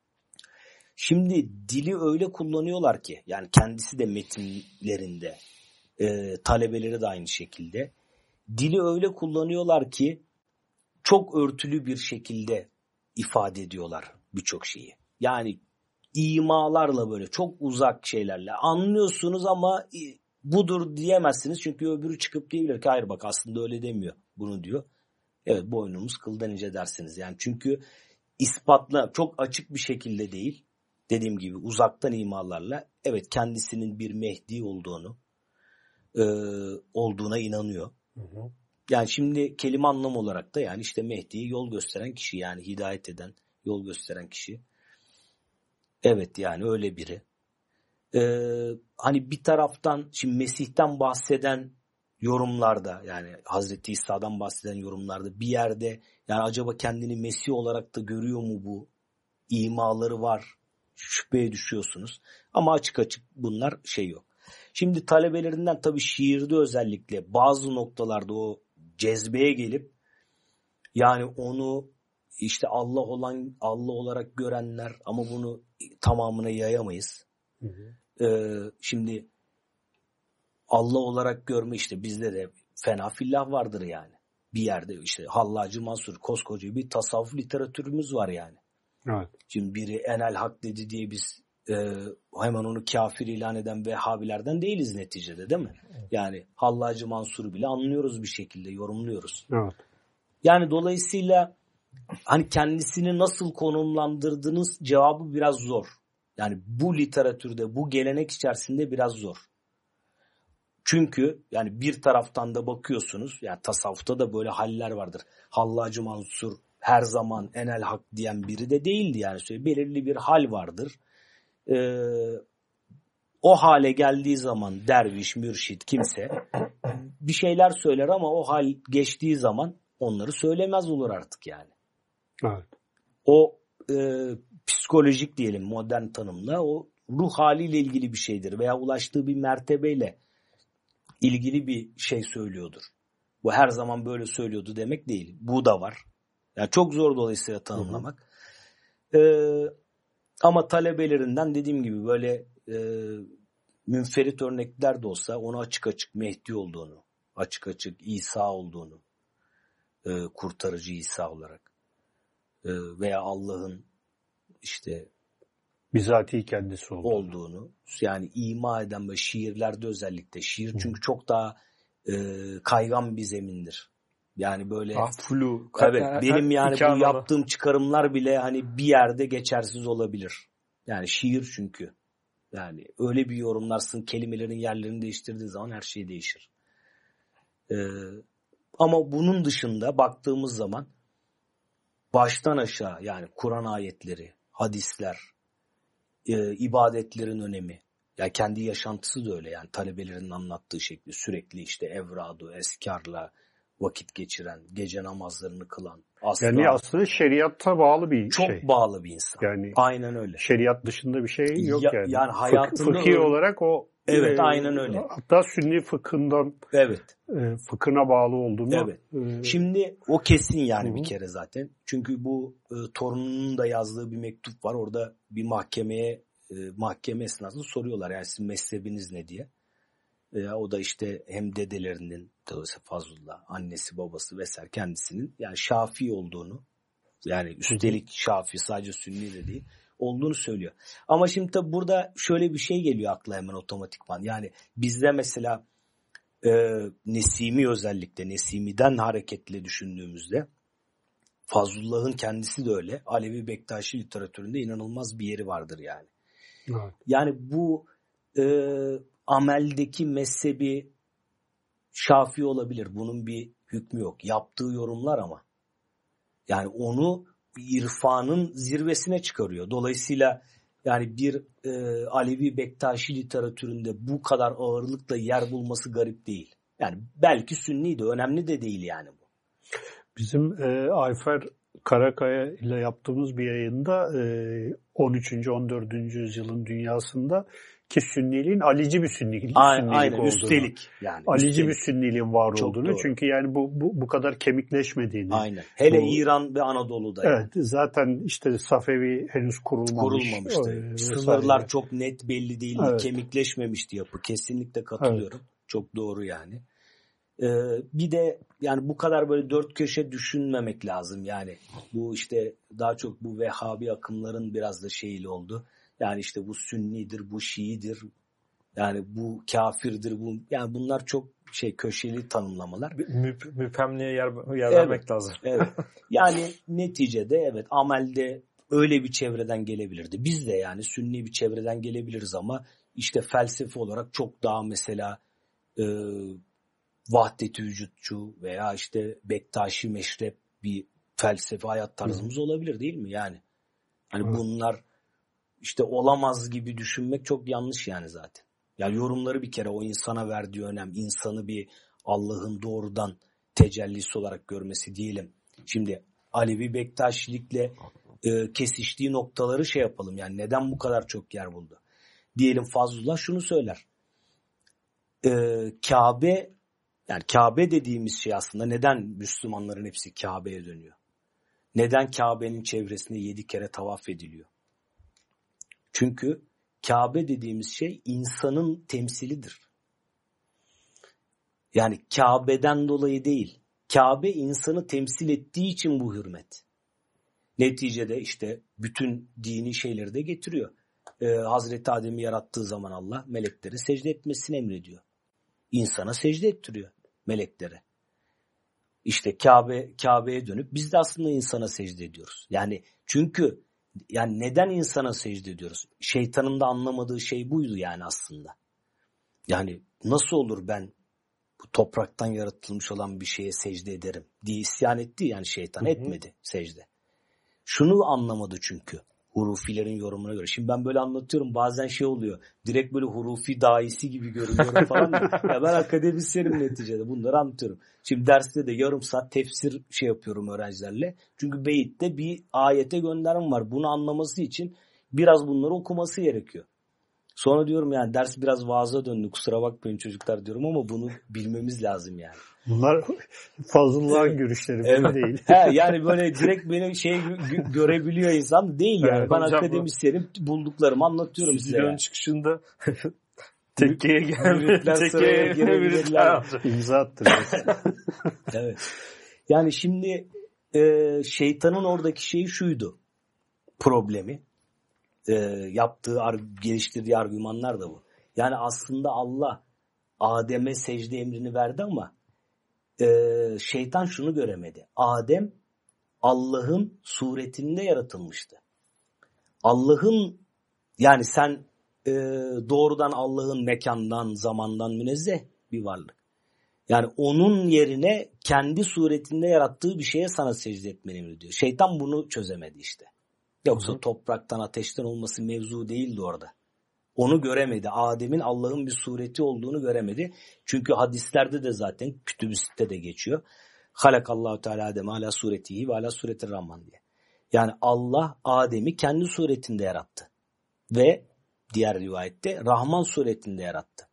Şimdi dili öyle kullanıyorlar ki, yani kendisi de metinlerinde, e, talebeleri de aynı şekilde. Dili öyle kullanıyorlar ki çok örtülü bir şekilde ifade ediyorlar birçok şeyi. Yani imalarla böyle çok uzak şeylerle anlıyorsunuz ama budur diyemezsiniz. Çünkü öbürü çıkıp diyebilir ki hayır bak aslında öyle demiyor bunu diyor. Evet boynumuz kıldan ince dersiniz. Yani çünkü ispatla çok açık bir şekilde değil. Dediğim gibi uzaktan imalarla evet kendisinin bir Mehdi olduğunu e, olduğuna inanıyor. Hı hı. Yani şimdi kelime anlamı olarak da yani işte Mehdi'yi yol gösteren kişi yani hidayet eden, yol gösteren kişi. Evet yani öyle biri. Ee, hani bir taraftan şimdi Mesih'ten bahseden yorumlarda yani Hazreti İsa'dan bahseden yorumlarda bir yerde yani acaba kendini Mesih olarak da görüyor mu bu? İmaları var. Şüpheye düşüyorsunuz. Ama açık açık bunlar şey yok. Şimdi talebelerinden tabii şiirde özellikle bazı noktalarda o cezbeye gelip yani onu işte Allah olan Allah olarak görenler ama bunu tamamına yayamayız. Hı hı. Ee, şimdi Allah olarak görme işte bizde de fena fillah vardır yani. Bir yerde işte Hallacı Mansur koskoca bir tasavvuf literatürümüz var yani. Evet. Şimdi biri enel hak dedi diye biz e, hemen onu kafir ilan eden Vehhabilerden değiliz neticede değil mi? Evet. Yani Hallacı Mansur'u bile anlıyoruz bir şekilde, yorumluyoruz. Evet. Yani dolayısıyla hani kendisini nasıl konumlandırdığınız cevabı biraz zor. Yani bu literatürde, bu gelenek içerisinde biraz zor. Çünkü yani bir taraftan da bakıyorsunuz, yani tasavvufta da böyle haller vardır. Hallacı Mansur her zaman enel hak diyen biri de değildi yani. Şöyle belirli bir hal vardır. Ee, o hale geldiği zaman derviş, mürşit, kimse bir şeyler söyler ama o hal geçtiği zaman onları söylemez olur artık yani. Evet. O e, psikolojik diyelim modern tanımla o ruh haliyle ilgili bir şeydir veya ulaştığı bir mertebeyle ilgili bir şey söylüyordur. Bu her zaman böyle söylüyordu demek değil. Bu da var. Yani çok zor dolayısıyla tanımlamak. Hı hı. Ee, ama talebelerinden dediğim gibi böyle e, münferit örnekler de olsa onu açık açık Mehdi olduğunu, açık açık İsa olduğunu, e, kurtarıcı İsa olarak e, veya Allah'ın işte bizatihi kendisi olduğunu. olduğunu yani ima eden böyle şiirlerde özellikle şiir Hı. çünkü çok daha e, kaygan bir zemindir. Yani böyle ah, flu. Evet, her, benim yani bu yaptığım çıkarımlar bile hani bir yerde geçersiz olabilir. Yani şiir çünkü. Yani öyle bir yorumlarsın kelimelerin yerlerini değiştirdiği zaman her şey değişir. Ee, ama bunun dışında baktığımız zaman baştan aşağı yani Kur'an ayetleri, hadisler, e, ibadetlerin önemi. Yani kendi yaşantısı da öyle yani talebelerinin anlattığı şekli sürekli işte evradu, eskarla vakit geçiren, gece namazlarını kılan. Asla, yani aslında şeriata bağlı bir çok şey. Çok bağlı bir insan. Yani aynen öyle. Şeriat dışında bir şey yok ya, yani. Yani hayatında Fıkhi öyle. olarak o evet e, aynen öyle. Hatta Sünni fıkhından evet. E, fıkhına bağlı olduğunu. Evet. E, Şimdi o kesin yani hı. bir kere zaten. Çünkü bu e, torununun da yazdığı bir mektup var. Orada bir mahkemeye e, mahkeme esnasında soruyorlar yani sizin mezhebiniz ne diye. E, o da işte hem dedelerinin dolayısıyla Fazlullah, annesi babası vesaire kendisinin yani Şafii olduğunu yani üstelik Şafii sadece Sünni de değil olduğunu söylüyor. Ama şimdi tabi burada şöyle bir şey geliyor akla hemen otomatikman. Yani bizde mesela e, Nesimi özellikle Nesimi'den hareketle düşündüğümüzde Fazlullah'ın kendisi de öyle. Alevi Bektaşi literatüründe inanılmaz bir yeri vardır yani. Evet. Yani bu e, ameldeki mezhebi Şafii olabilir. Bunun bir hükmü yok. Yaptığı yorumlar ama. Yani onu irfanın zirvesine çıkarıyor. Dolayısıyla yani bir e, Alevi Bektaşi literatüründe bu kadar ağırlıkla yer bulması garip değil. Yani belki Sünni de önemli de değil yani bu. Bizim e, Ayfer Karakaya ile yaptığımız bir yayında e, on üçüncü on dördüncü yüzyılın dünyasında ki Sünniliğin Alici bir sünnilik, aynen, sünnilik aynen, olduğunu. Üstelik. Yani, Alici üstelik. bir sünniliğin var Çok olduğunu. Doğru. Çünkü yani bu, bu bu kadar kemikleşmediğini. Aynen. Hele bu, İran ve Anadolu'da. Evet. Yani. Zaten işte Safevi henüz kurulmamış. Kurulmamıştı. E, Sınırlar çok net belli değildi. Evet. Kemikleşmemişti yapı. Kesinlikle katılıyorum. Evet. Çok doğru yani. Ee, bir de yani bu kadar böyle dört köşe düşünmemek lazım yani. Bu işte daha çok bu Vehhabi akımların biraz da şeyli oldu. Yani işte bu Sünnidir, bu Şiidir. Yani bu kafirdir. Bu yani bunlar çok şey köşeli tanımlamalar. Müp, müphemliğe yer, yer evet, vermek lazım. Evet. Yani neticede evet amelde öyle bir çevreden gelebilirdi. Biz de yani Sünni bir çevreden gelebiliriz ama işte felsefe olarak çok daha mesela e, vahdet-i vücutçu veya işte Bektaşi meşrep bir felsefe hayat tarzımız Hı. olabilir değil mi yani? Hani Hı. bunlar işte olamaz gibi düşünmek çok yanlış yani zaten. Yani yorumları bir kere o insana verdiği önem, insanı bir Allah'ın doğrudan tecellisi olarak görmesi diyelim. Şimdi Alevi Bektaşilikle e, kesiştiği noktaları şey yapalım yani neden bu kadar çok yer buldu? Diyelim Fazlullah şunu söyler. e, Kabe, yani Kabe dediğimiz şey aslında neden Müslümanların hepsi Kabe'ye dönüyor? Neden Kabe'nin çevresinde yedi kere tavaf ediliyor? Çünkü Kabe dediğimiz şey insanın temsilidir. Yani Kabe'den dolayı değil. Kabe insanı temsil ettiği için bu hürmet. Neticede işte bütün dini şeyleri de getiriyor. Ee, Hazreti Adem'i yarattığı zaman Allah melekleri secde etmesini emrediyor. İnsana secde ettiriyor meleklere. İşte Kabe, Kabe'ye dönüp biz de aslında insana secde ediyoruz. Yani çünkü yani neden insana secde ediyoruz? Şeytanın da anlamadığı şey buydu yani aslında. Yani nasıl olur ben bu topraktan yaratılmış olan bir şeye secde ederim diye isyan etti, yani şeytan hı hı. etmedi secde. Şunu anlamadı çünkü hurufilerin yorumuna göre. Şimdi ben böyle anlatıyorum, bazen şey oluyor. Direkt böyle hurufi daisi gibi görünüyorum falan. Ya ben akademisyenim neticede, bunları anlatıyorum. Şimdi derste de yarım saat tefsir şey yapıyorum öğrencilerle. Çünkü beyitte bir ayete gönderme var. Bunu anlaması için biraz bunları okuması gerekiyor. Sonra diyorum yani ders biraz vaaza döndü, kusura bakmayın çocuklar diyorum ama bunu bilmemiz lazım yani. Bunlar Fazlıllah'ın evet. görüşleri evet. değil. He, yani böyle direkt beni şey gö- görebiliyor insan değil yani. Evet, ben akademisyenim, bulduklarımı anlatıyorum size. Stüdyonun yani. Çıkışında tekkeye gelme, tekkeye girebilirler. İmza attırıyor. Evet. Yani şimdi e, şeytanın oradaki şeyi şuydu, problemi. E, yaptığı, geliştirdiği argümanlar da bu. Yani aslında Allah Adem'e secde emrini verdi ama e, şeytan şunu göremedi. Adem Allah'ın suretinde yaratılmıştı. Allah'ın, yani sen e, doğrudan Allah'ın mekandan, zamandan münezzeh bir varlık. Yani onun yerine kendi suretinde yarattığı bir şeye sana secde etmeni emrediyor. Şeytan bunu çözemedi işte. Yoksa hı hı. topraktan, ateşten olması mevzu değildi orada. Onu göremedi. Adem'in Allah'ın bir sureti olduğunu göremedi. Çünkü hadislerde de zaten Kütüb-ü Sitte de geçiyor. Halakallahu Teala Adem ala suretihi ve ala suretir Rahman diye. Yani Allah Adem'i kendi suretinde yarattı. Ve diğer rivayette Rahman suretinde yarattı.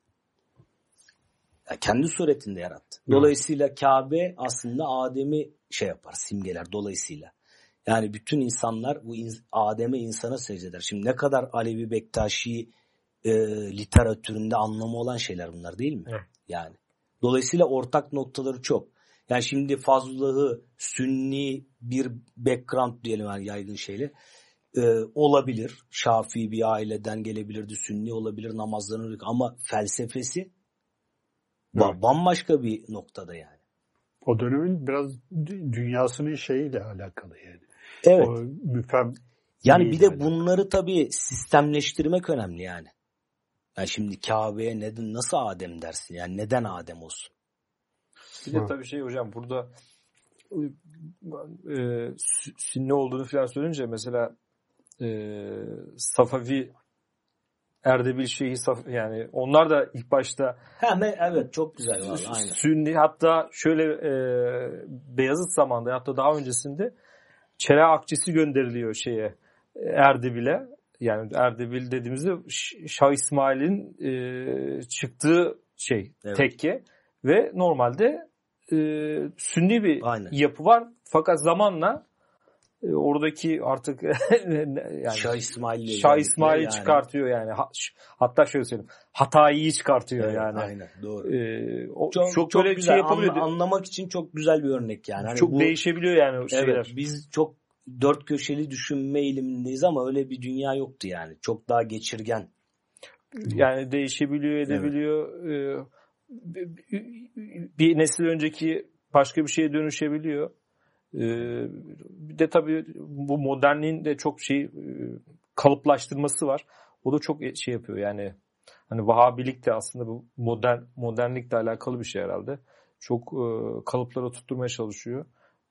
Yani kendi suretinde yarattı. Dolayısıyla hı. Kabe aslında Adem'i şey yapar, simgeler dolayısıyla. Yani bütün insanlar bu Adem'e, insana secde eder. Şimdi ne kadar Alevi Bektaşi e, literatüründe anlamı olan şeyler bunlar değil mi? Evet. Yani dolayısıyla ortak noktaları çok. Yani şimdi Fazlullah'ı Sünni bir background diyelim, yani yaygın şeyle e, olabilir. Şafii bir aileden gelebilirdi, Sünni olabilir, namazlarını, ama felsefesi evet. bambaşka bir noktada yani. O dönemin biraz dünyasının şeyiyle alakalı yani. Evet. O müfem. Yani bir de alakalı. Bunları tabii sistemleştirmek önemli yani. Yani şimdi Kabe'ye neden, nasıl Adem dersin? Yani neden Adem olsun? Bir de ha. tabii şey hocam burada e, Sünni olduğunu falan söyleyince mesela e, Safavi, Erdebil Şeyhi Saf, yani onlar da ilk başta ha, evet çok güzel vallahi, aynen. Sünni, hatta şöyle e, Beyazıt zamanında, hatta daha öncesinde Çera Akçesi gönderiliyor şeye, Erdebil'e. Yani Erdebil dediğimizde Şah İsmail'in e, çıktığı şey, evet. tekke ve normalde e, Sünni bir aynen. yapı var. Fakat zamanla e, oradaki artık yani Şah İsmail'i Şah İsmail'i yani. çıkartıyor yani. Hatta şöyle söyleyeyim, Hatay'ı çıkartıyor evet, yani. Aynen, doğru. E, o, çok çok, çok böyle güzel, şey yapabiliyor. Anla, anlamak için çok güzel bir örnek yani. Hani çok bu, değişebiliyor yani o şeyler. Evet, biz çok dört köşeli düşünme eğilimindeyiz ama öyle bir dünya yoktu yani. Çok daha geçirgen. Yani değişebiliyor, edebiliyor. Evet. Bir nesil önceki başka bir şeye dönüşebiliyor. Bir de tabii bu modernliğin de çok şey kalıplaştırması var. O da çok şey yapıyor yani. Hani Vahabilik de aslında bu modern modernlikle alakalı bir şey herhalde. Çok kalıplara tutturmaya çalışıyor.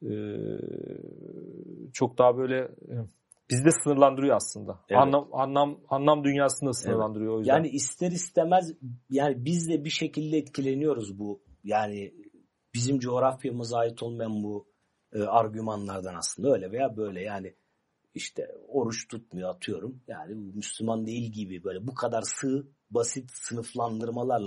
Çok daha böyle bizde sınırlandırıyor aslında. Evet. Anlam anlam anlam dünyasında sınırlandırıyor evet. o yüzden. Yani ister istemez yani biz de bir şekilde etkileniyoruz bu. Yani bizim coğrafyamıza ait olmayan bu e, argümanlardan aslında öyle veya böyle. Yani işte oruç tutmuyor atıyorum. Yani Müslüman değil gibi böyle bu kadar sığ, basit sınıflandırmalarla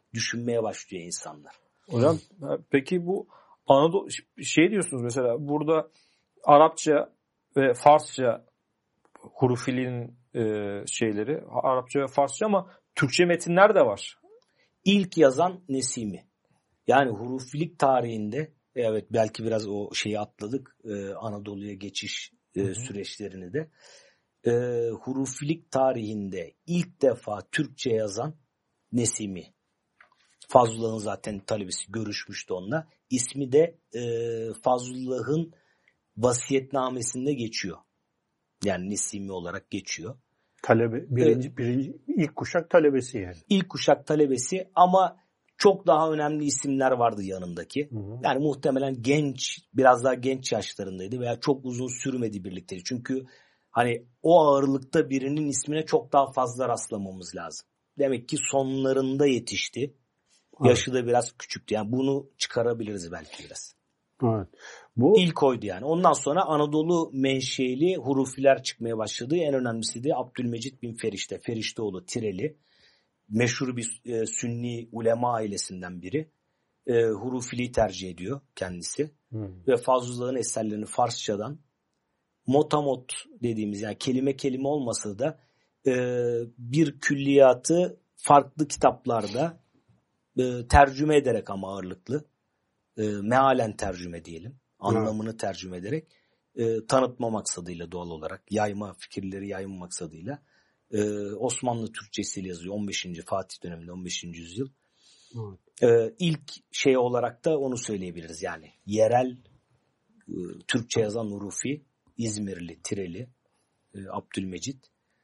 düşünmeye başlıyor insanlar. Hocam peki bu Anadolu şey diyorsunuz mesela burada Arapça ve Farsça hurufiliğin e, şeyleri Arapça ve Farsça ama Türkçe metinler de var. İlk yazan Nesimi. Yani hurufilik tarihinde evet belki biraz o şeyi atladık e, Anadolu'ya geçiş e, süreçlerini de. E, hurufilik tarihinde ilk defa Türkçe yazan Nesimi. Fazlullah'ın zaten talebesi görüşmüştü onunla. İsmi de e, Fazlullah'ın vasiyetnamesinde geçiyor. Yani Nesimi olarak geçiyor. Talebe, birinci, evet. birinci, ilk kuşak talebesi yani. İlk kuşak talebesi ama çok daha önemli isimler vardı yanındaki. Hı hı. Yani muhtemelen genç, biraz daha genç yaşlarındaydı veya çok uzun sürmedi birlikteydi. Çünkü hani o ağırlıkta birinin ismine çok daha fazla rastlamamız lazım. Demek ki sonlarında yetişti. Yaşı evet. da biraz küçüktü. Yani bunu çıkarabiliriz belki biraz. Evet. Bu İlk oydu yani. Ondan sonra Anadolu menşeli hurufiler çıkmaya başladı. En önemlisi de Abdülmecit bin Ferişte, Ferişteoğlu Tireli. Meşhur bir e, Sünni ulema ailesinden biri. E, hurufiliği tercih ediyor kendisi. Hmm. Ve Fazlullah'ın eserlerini Farsçadan motamot dediğimiz yani kelime kelime olmasa da e, bir külliyatı farklı kitaplarda e, tercüme ederek ama ağırlıklı e, mealen tercüme diyelim. Anlamını hmm. tercüme ederek e, tanıtma maksadıyla doğal olarak yayma fikirleri yayma maksadıyla Ee, Osmanlı Türkçesiyle yazıyor. on beşinci Fatih döneminde on beşinci yüzyıl. Evet. Ee, ilk şey olarak da onu söyleyebiliriz. Yani yerel e, Türkçe yazan hurufi İzmirli, Tireli, e, Abdülmecit.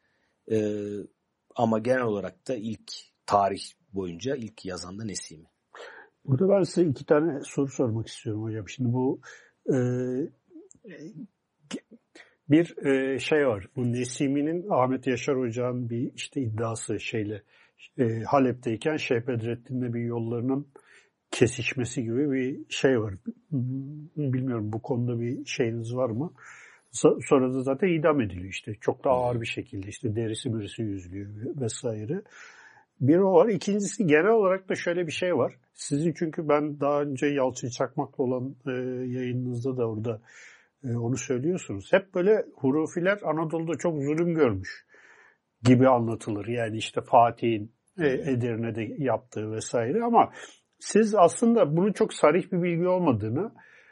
E, ama genel olarak da ilk tarih boyunca ilk yazan da Nesimi. Burada ben size iki tane soru sormak istiyorum hocam. Şimdi bu e, bir e, şey var. Bu Nesimi'nin Ahmet Yaşar Hoca'nın bir işte iddiası şeyle e, Halep'teyken Şeyh Bedrettin'le bir yollarının kesişmesi gibi bir şey var. Bilmiyorum bu konuda bir şeyiniz var mı? Sonra da zaten idam ediliyor işte. Çok daha ağır bir şekilde işte derisi mürisi yüzülüyor vesaire. Bir o var. İkincisi genel olarak da şöyle bir şey var. Sizin çünkü ben daha önce Yalçın Çakmak'la olan e, yayınınızda da orada onu söylüyorsunuz. Hep böyle hurufiler Anadolu'da çok zulüm görmüş gibi anlatılır. Yani işte Fatih'in Edirne'de yaptığı vesaire ama siz aslında bunun çok sarih bir bilgi olmadığını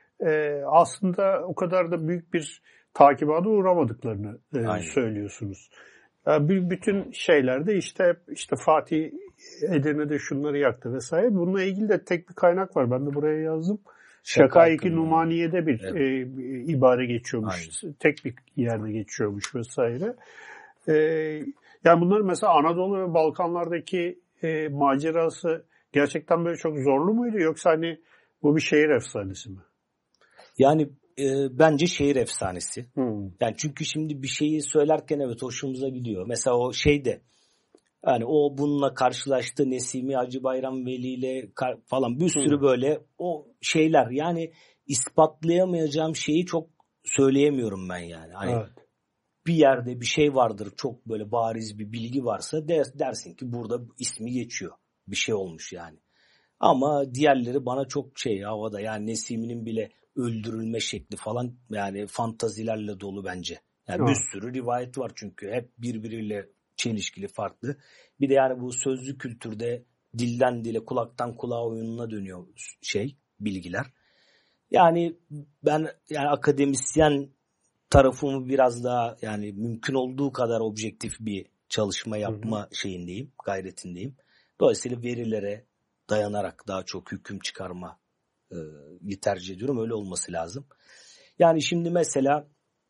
aslında o kadar da büyük bir takibata uğramadıklarını Aynen. söylüyorsunuz. Yani bütün şeylerde işte işte Fatih Edirne'de şunları yaktı vesaire. Bununla ilgili de tek bir kaynak var. Ben de buraya yazdım. Şakaik-i Numaniye'de bir evet. e, ibare geçiyormuş. Aynen. Tek bir yerde geçiyormuş vesaire. E, yani bunlar mesela Anadolu ve Balkanlardaki e, macerası gerçekten böyle çok zorlu muydu? Yoksa hani bu bir şehir efsanesi mi? Yani e, bence şehir efsanesi. Hmm. Yani çünkü şimdi bir şeyi söylerken evet hoşumuza gidiyor. Mesela o şeyde yani o bununla karşılaştı Nesimi Hacı Bayram Veli ile falan bir sürü hmm. böyle o şeyler yani ispatlayamayacağım şeyi çok söyleyemiyorum ben yani. Hani evet. bir yerde bir şey vardır çok böyle bariz bir bilgi varsa der, dersin ki burada ismi geçiyor. Bir şey olmuş yani. Ama diğerleri bana çok şey havada yani Nesimi'nin bile öldürülme şekli falan yani fantazilerle dolu bence. Yani evet. bir sürü rivayet var çünkü hep birbiriyle çelişkili farklı. Bir de yani bu sözlü kültürde dilden dile kulaktan kulağa oyununa dönüyor şey bilgiler. Yani ben yani akademisyen tarafımı biraz daha yani mümkün olduğu kadar objektif bir çalışma yapma hı hı. şeyindeyim, gayretindeyim. Dolayısıyla verilere dayanarak daha çok hüküm çıkarma e, tercih ediyorum. Öyle olması lazım. Yani şimdi mesela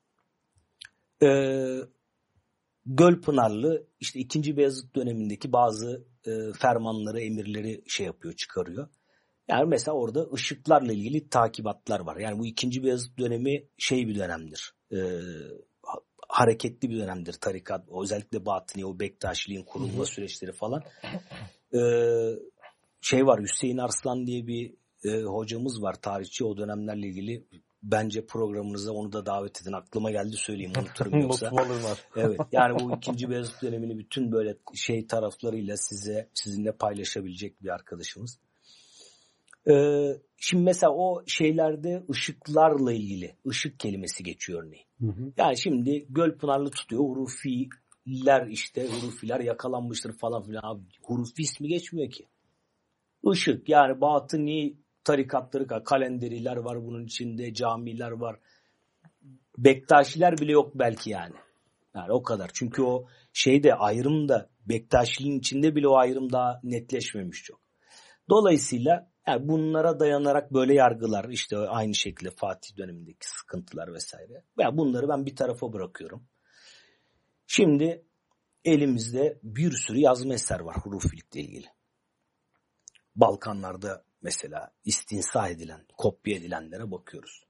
e, Gölpınarlı işte ikinci Beyazıt dönemindeki bazı e, fermanları, emirleri şey yapıyor, çıkarıyor. Yani mesela orada ışıklarla ilgili takibatlar var. Yani bu ikinci Beyazıt dönemi şey bir dönemdir. E, hareketli bir dönemdir tarikat. Özellikle Batıni, o Bektaşiliğin kurulma Hı-hı. süreçleri falan. E, şey var Hüseyin Arslan diye bir e, hocamız var tarihçi. O dönemlerle ilgili bence programınıza onu da davet edin. Aklıma geldi söyleyeyim, unuturum yoksa. Notum Evet. Yani bu ikinci Beyazıt dönemini bütün böyle şey taraflarıyla size sizinle paylaşabilecek bir arkadaşımız. Ee, şimdi mesela o şeylerde ışıklarla ilgili ışık kelimesi geçiyor örneğin. Hı hı. Yani şimdi Gölpınarlı tutuyor, hurufiler işte hurufiler yakalanmıştır falan filan. Abi hurufi ismi geçmiyor ki. Işık yani batıni tarikatları, kalenderiler var bunun içinde, camiler var. Bektaşiler bile yok belki yani. Yani o kadar. Çünkü o şeyde ayrım da Bektaşiliğin içinde bile o ayrım daha netleşmemiş çok. Dolayısıyla yani bunlara dayanarak böyle yargılar işte aynı şekilde Fatih dönemindeki sıkıntılar vesaire. Yani bunları ben bir tarafa bırakıyorum. Şimdi elimizde bir sürü yazma eser var hurufilikle ilgili. Balkanlarda mesela istinsa edilen, kopya edilenlere bakıyoruz.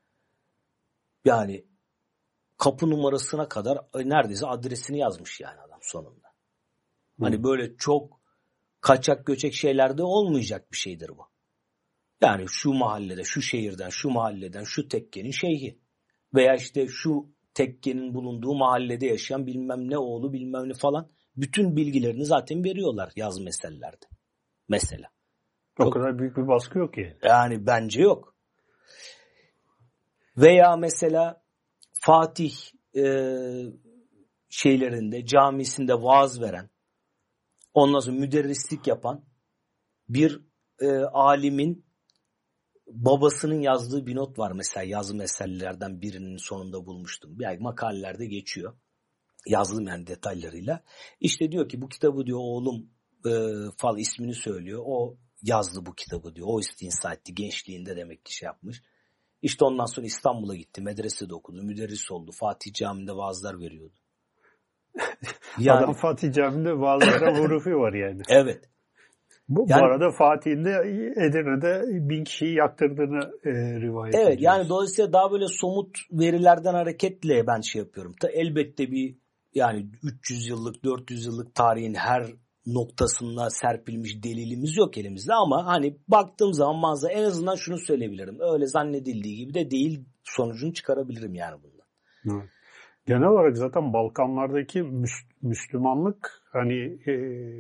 Yani kapı numarasına kadar neredeyse adresini yazmış yani adam sonunda. Hmm. Hani böyle çok kaçak göçek şeylerde olmayacak bir şeydir bu. Yani şu mahallede, şu şehirden, şu mahalleden, şu tekkenin şeyhi. Veya işte şu tekkenin bulunduğu mahallede yaşayan bilmem ne oğlu bilmem ne falan. Bütün bilgilerini zaten veriyorlar yazma eserlerde. Mesela. O Çok, kadar büyük bir baskı yok yani. Yani bence yok. Veya mesela Fatih e, şeylerinde, camisinde vaaz veren, ondan sonra müderrislik yapan bir e, alimin babasının yazdığı bir not var mesela yazım eserlerden birinin sonunda bulmuştum. Yani makalelerde geçiyor. Yazdım yani detaylarıyla. İşte diyor ki bu kitabı diyor oğlum e, fal ismini söylüyor. O yazdı bu kitabı diyor. O istinsa etti. Gençliğinde demek ki şey yapmış. İşte ondan sonra İstanbul'a gitti. Medresede okudu. Müderris oldu. Fatih Camii'nde vaazlar veriyordu. Yani, adam Fatih Camii'nde vaazlara hurufi var yani. Evet. Bu, yani, bu arada Fatih'in de Edirne'de bin kişiyi yaktırdığını e, rivayet evet, ediyoruz. Yani dolayısıyla daha böyle somut verilerden hareketle ben şey yapıyorum. Ta elbette bir yani üç yüz yıllık dört yüz yıllık tarihin her noktasında serpilmiş delilimiz yok elimizde ama hani baktığım zaman manzara en azından şunu söyleyebilirim. Öyle zannedildiği gibi de değil sonucunu çıkarabilirim yani bundan. Evet. Genel olarak zaten Balkanlardaki müs- Müslümanlık hani e,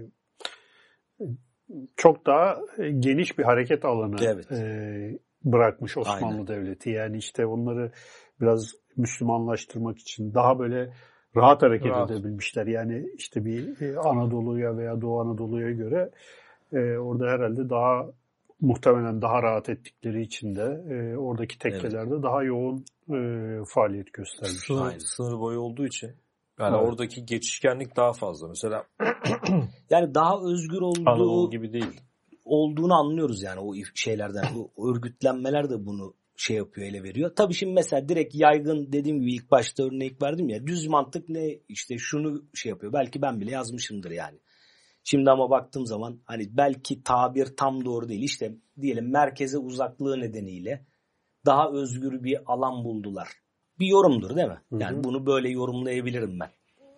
çok daha geniş bir hareket alanı evet. e, bırakmış Osmanlı Aynen. Devleti. Yani işte onları biraz Müslümanlaştırmak için daha böyle rahat hareket rahat. edebilmişler. Yani işte bir Anadolu'ya veya Doğu Anadolu'ya göre e, orada herhalde daha muhtemelen daha rahat ettikleri için de e, oradaki tekkelerde evet. daha yoğun e, faaliyet göstermiş. Sınır, sınır boyu olduğu için. Yani evet. Oradaki geçişkenlik daha fazla. Mesela yani daha özgür olduğu Anadolu gibi değil. Olduğunu anlıyoruz yani o şeylerden. O örgütlenmeler de bunu şey yapıyor, ele veriyor. Tabii şimdi mesela direkt yaygın dediğim gibi ilk başta örnek verdim ya. Düz mantık ne? İşte şunu şey yapıyor. Belki ben bile yazmışımdır yani. Şimdi ama baktığım zaman hani belki tabir tam doğru değil. İşte diyelim merkeze uzaklığı nedeniyle daha özgür bir alan buldular. Bir yorumdur değil mi? Yani hı hı. Bunu böyle yorumlayabilirim ben.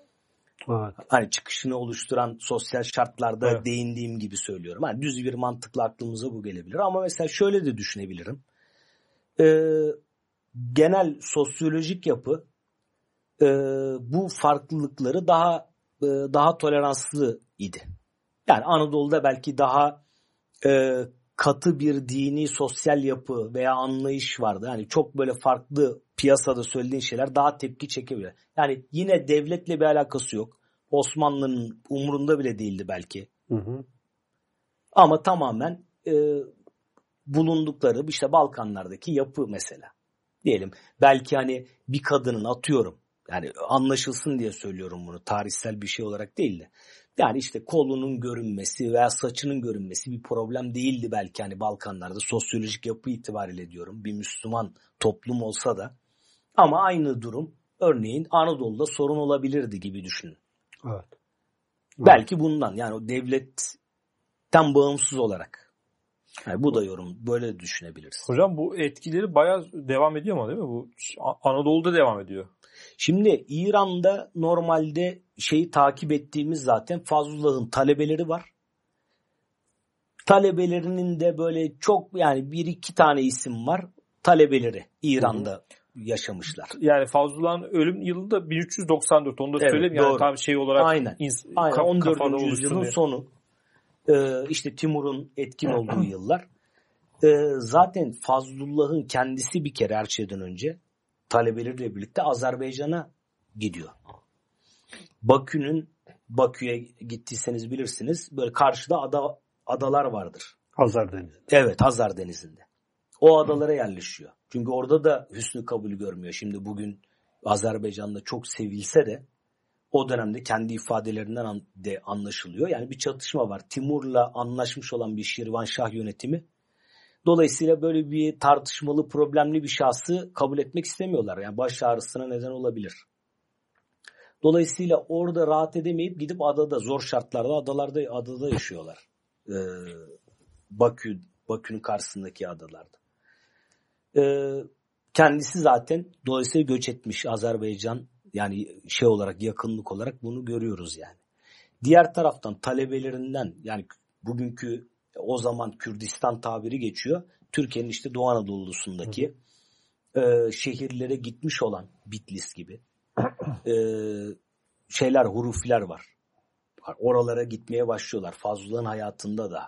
Evet. Hani çıkışını oluşturan sosyal şartlarda evet. değindiğim gibi söylüyorum. Hani düz bir mantıkla aklımıza bu gelebilir. Ama mesela şöyle de düşünebilirim. Ee, genel sosyolojik yapı e, bu farklılıkları daha e, daha toleranslı idi. Yani Anadolu'da belki daha e, katı bir dini sosyal yapı veya anlayış vardı. Yani çok böyle farklı piyasada söylediğin şeyler daha tepki çekebilir. Yani yine devletle bir alakası yok. Osmanlı'nın umurunda bile değildi belki. Hı hı. Ama tamamen e, bulundukları işte Balkanlardaki yapı mesela. Diyelim belki hani bir kadının atıyorum yani anlaşılsın diye söylüyorum bunu tarihsel bir şey olarak değil de. Yani işte kolunun görünmesi veya saçının görünmesi bir problem değildi belki hani Balkanlarda sosyolojik yapı itibariyle diyorum bir Müslüman toplum olsa da. Ama aynı durum örneğin Anadolu'da sorun olabilirdi gibi düşünün. Evet. Evet. Belki bundan yani o devletten bağımsız olarak. Yani bu da yorum böyle düşünebiliriz. Hocam bu etkileri bayağı devam ediyor mu değil mi? Bu Anadolu'da devam ediyor. Şimdi İran'da normalde şeyi takip ettiğimiz zaten Fazlullah'ın talebeleri var. Talebelerinin de böyle çok yani bir iki tane isim var. talebeleri İran'da Hı-hı. yaşamışlar. Yani Fazlullah'ın ölüm yılı da bin üç yüz doksan dört. Onu da evet, söyleyeyim. Yani tam şey olarak. Aynen. Ins- Aynen. on dördüncü yüzyılın sonu. Ee, işte Timur'un etkin olduğu yıllar. Ee, zaten Fazlullah'ın kendisi bir kere her şeyden önce talebeleriyle birlikte Azerbaycan'a gidiyor. Bakü'nün Bakü'ye gittiyseniz bilirsiniz. Böyle karşıda ada adalar vardır. Hazar Denizi. Evet, Hazar Denizi'nde. O adalara yerleşiyor. Çünkü orada da hüsnü kabul görmüyor. Şimdi bugün Azerbaycan'da çok sevilse de o dönemde kendi ifadelerinden de anlaşılıyor. Yani bir çatışma var. Timur'la anlaşmış olan bir Şirvanşah yönetimi. Dolayısıyla böyle bir tartışmalı, problemli bir şahsı kabul etmek istemiyorlar. Yani baş ağrısına neden olabilir. Dolayısıyla orada rahat edemeyip gidip adada, zor şartlarda adalarda adada yaşıyorlar. Ee, Bakü, Bakü'nün karşısındaki adalarda. Ee, kendisi zaten dolayısıyla göç etmiş Azerbaycan, yani şey olarak, yakınlık olarak bunu görüyoruz yani. Diğer taraftan talebelerinden, yani bugünkü o zaman Kürdistan tabiri geçiyor. Türkiye'nin işte Doğu Anadolu'sundaki e, şehirlere gitmiş olan Bitlis gibi e, şeyler, hurufiler var. Oralara gitmeye başlıyorlar. Fazlulah'ın hayatında da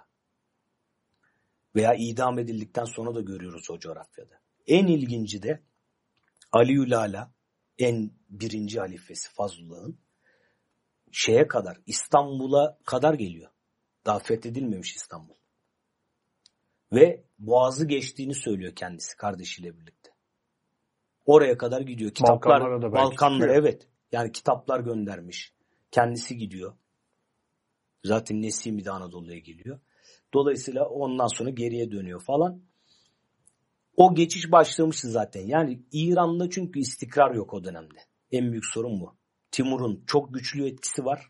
veya idam edildikten sonra da görüyoruz o coğrafyada. En ilginci de Aliülala, en birinci halifesi Fazlullah'ın şeye kadar, İstanbul'a kadar geliyor. Daha fethedilmemiş İstanbul. Ve Boğaz'ı geçtiğini söylüyor kendisi kardeşiyle birlikte. Oraya kadar gidiyor. Kitaplar, Balkanlara evet. Yani kitaplar göndermiş. Kendisi gidiyor. Zaten Nesimi de Anadolu'ya geliyor. Dolayısıyla ondan sonra geriye dönüyor falan. O geçiş başlamıştı zaten. Yani İran'da çünkü istikrar yok o dönemde. En büyük sorun bu. Timur'un çok güçlü etkisi var.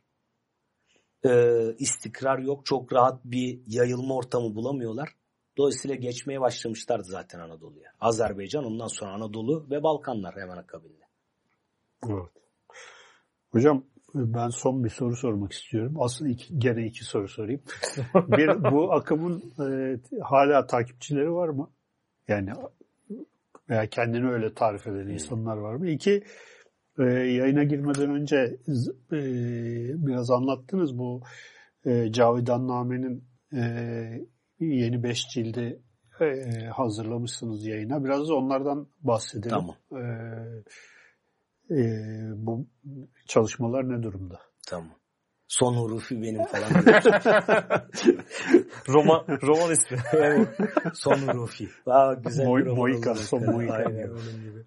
Ee, istikrar yok. Çok rahat bir yayılma ortamı bulamıyorlar. Dolayısıyla geçmeye başlamışlardı zaten Anadolu'ya. Azerbaycan, ondan sonra Anadolu ve Balkanlar hemen akabinde. Evet. Hocam ben son bir soru sormak istiyorum. Aslında iki, gene iki soru sorayım. Bir, bu akımın e, hala takipçileri var mı? Yani veya kendini öyle tarif eden insanlar var mı? İki, e, yayına girmeden önce e, biraz anlattınız bu e, Cavidanname'nin e, yeni beş cildi e, hazırlamışsınız yayına. Biraz da onlardan bahsedelim. Tamam. E, e, bu çalışmalar ne durumda? Tamam. Son hurufi benim falan. roman, roman ismi. Evet. Son hurufi. Aa, güzel Boy, bir roman. Moika, son Moika. Aynen onun gibi.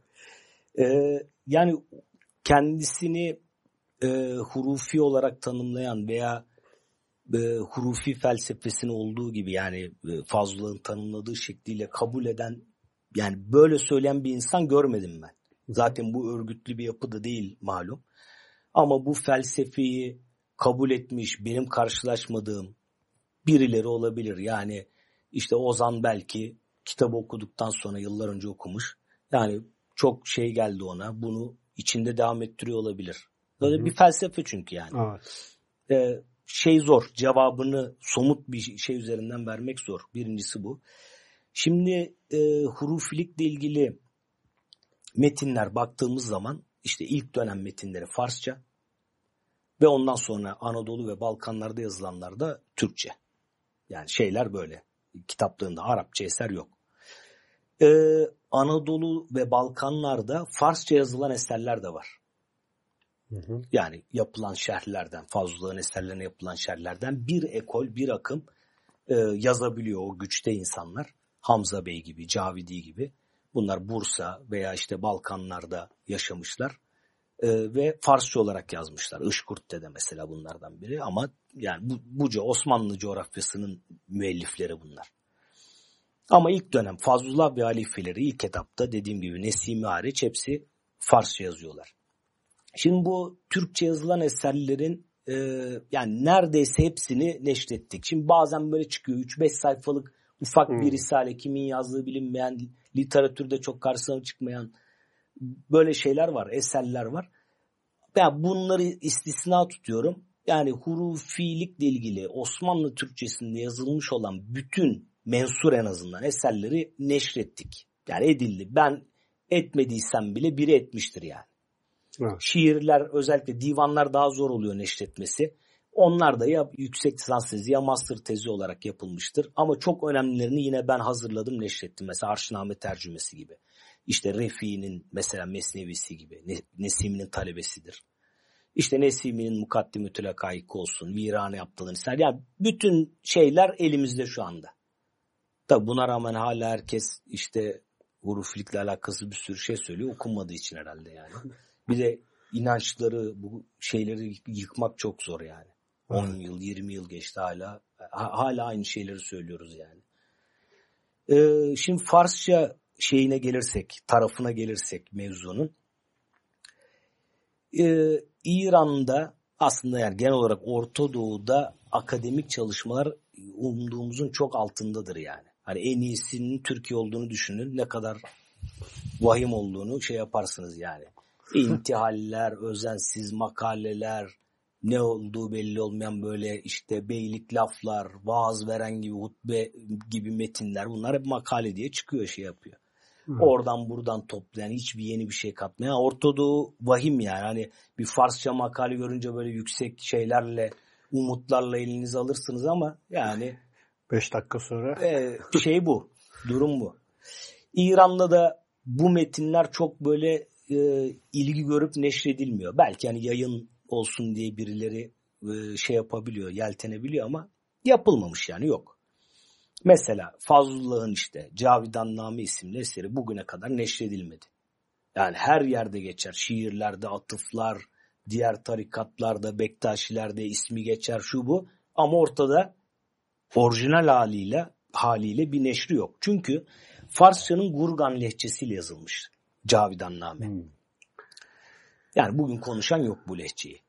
Ee, yani kendisini e, hurufi olarak tanımlayan veya e, hurufi felsefesini olduğu gibi, yani e, Fazlullah'ın tanımladığı şekliyle kabul eden, yani böyle söyleyen bir insan görmedim ben. Zaten bu örgütlü bir yapı da değil malum. Ama bu felsefeyi kabul etmiş, benim karşılaşmadığım birileri olabilir. Yani işte Ozan belki kitabı okuduktan sonra yıllar önce okumuş. Yani çok şey geldi ona. Bunu içinde devam ettiriyor olabilir. Böyle Hı-hı. bir felsefe çünkü yani. Evet. Ee, şey zor. Cevabını somut bir şey üzerinden vermek zor. Birincisi bu. Şimdi e, hurufilikle ilgili metinler baktığımız zaman işte ilk dönem metinleri Farsça ve ondan sonra Anadolu ve Balkanlarda yazılanlar da Türkçe. Yani şeyler böyle. Kitaplarında Arapça eser yok. Ee, Anadolu ve Balkanlarda Farsça yazılan eserler de var. Hı hı. Yani yapılan şerhlerden, Fazlullah'ın eserlerine yapılan şerhlerden bir ekol, bir akım e, yazabiliyor o güçte insanlar. Hamza Bey gibi, Cavidi gibi. Bunlar Bursa veya işte Balkanlarda yaşamışlar. Ee, ve Farsça olarak yazmışlar. Işkurt'te de mesela bunlardan biri, ama yani bu, buca Osmanlı coğrafyasının müellifleri bunlar. Ama ilk dönem Fazlullah ve halifeleri ilk etapta dediğim gibi Nesimi hariç hepsi Farsça yazıyorlar. Şimdi bu Türkçe yazılan eserlerin e, yani neredeyse hepsini neşrettik. Şimdi bazen böyle çıkıyor üç beş sayfalık ufak hmm. bir risale, kimin yazdığı bilinmeyen, literatürde çok karşısına çıkmayan böyle şeyler var, eserler var. Ben bunları istisna tutuyorum. Yani hurufilikle ilgili Osmanlı Türkçesinde yazılmış olan bütün mensur en azından eserleri neşrettik. Yani edildi. Ben etmediysem bile biri etmiştir yani. Evet. Şiirler, özellikle divanlar daha zor oluyor neşretmesi. Onlar da ya yüksek lisans tezi ya master tezi olarak yapılmıştır. Ama çok önemlilerini yine ben hazırladım, neşrettim. Mesela Arşname tercümesi gibi. İşte Refi'nin mesela Mesnevisi gibi. Nesimi'nin talebesidir. İşte Nesimi'nin Mukaddimütül Hakaik olsun. Virane yaptığı eser. Yani bütün şeyler elimizde şu anda. Tabi buna rağmen hala herkes işte huruflikle alakası bir sürü şey söylüyor. Okunmadığı için herhalde yani. Bir de inançları, bu şeyleri yıkmak çok zor yani. on yıl, yirmi yıl geçti hala. Hala aynı şeyleri söylüyoruz yani. Ee, şimdi Farsça şeyine gelirsek, tarafına gelirsek mevzunun. Ee, İran'da aslında yani genel olarak Orta Doğu'da akademik çalışmalar umduğumuzun çok altındadır yani. Hani en iyisinin Türkiye olduğunu düşünün, ne kadar vahim olduğunu şey yaparsınız yani. İntihaller, özensiz makaleler, ne olduğu belli olmayan böyle işte beylik laflar, vaaz veren gibi, hutbe gibi metinler, bunlar hep makale diye çıkıyor, şey yapıyor. Hmm. Oradan buradan toplayan, hiçbir yeni bir şey katmayan. Orta Doğu vahim yani. Hani bir Farsça makale görünce böyle yüksek şeylerle, umutlarla elinize alırsınız ama yani beş dakika sonra e, şey bu, durum bu. İran'da da bu metinler çok böyle e, ilgi görüp neşredilmiyor. Belki hani yayın olsun diye birileri e, şey yapabiliyor, yeltenebiliyor ama yapılmamış yani, yok. Mesela Fazlullah'ın işte Cavidanname isimli eseri bugüne kadar neşredilmedi. Yani her yerde geçer. Şiirlerde, atıflar, diğer tarikatlarda, Bektaşilerde ismi geçer, şu bu. Ama ortada orijinal haliyle haliyle bir neşri yok. Çünkü Farsçanın Gurgan lehçesiyle yazılmış Cavidanname. Hmm. Yani bugün konuşan yok bu lehçeyi.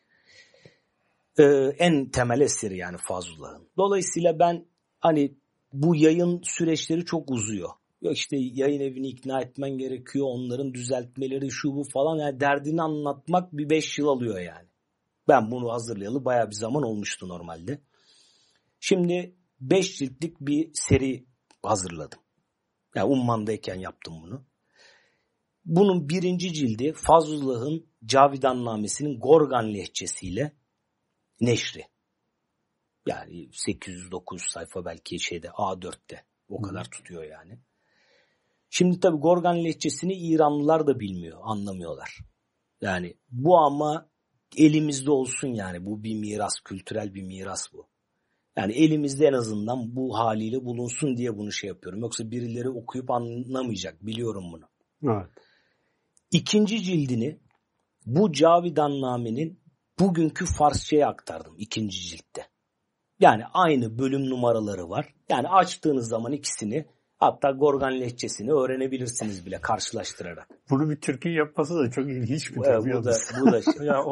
Ee, en temel eseri yani Fazlullah'ın. Dolayısıyla ben hani bu yayın süreçleri çok uzuyor. Yok işte yayın evini ikna etmen gerekiyor, onların düzeltmeleri şu bu falan. Yani derdini anlatmak bir beş yıl alıyor yani. Ben bunu hazırlayalı bayağı bir zaman olmuştu normalde. Şimdi beş ciltlik bir seri hazırladım. Yani Umman'dayken yaptım bunu. Bunun birinci cildi Fazlullah'ın Cavidannamesi'nin Gorgan lehçesiyle neşri. Yani sekiz yüz dokuz sayfa belki şeyde A dörtte. O hmm. kadar tutuyor yani. Şimdi tabii Gorgan lehçesini İranlılar da bilmiyor, anlamıyorlar. Yani bu ama elimizde olsun yani. Bu bir miras, kültürel bir miras bu. Yani elimizde en azından bu haliyle bulunsun diye bunu şey yapıyorum. Yoksa birileri okuyup anlamayacak. Biliyorum bunu. Evet. İkinci cildini bu Cavidanname'nin bugünkü Farsça'ya aktardım ikinci ciltte. Yani aynı bölüm numaraları var. Yani açtığınız zaman ikisini, hatta Gorgan lehçesini öğrenebilirsiniz bile karşılaştırarak. Bunu bir Türk'ün yapması da çok ilginç bir evet, bu da, bu da şey. ya,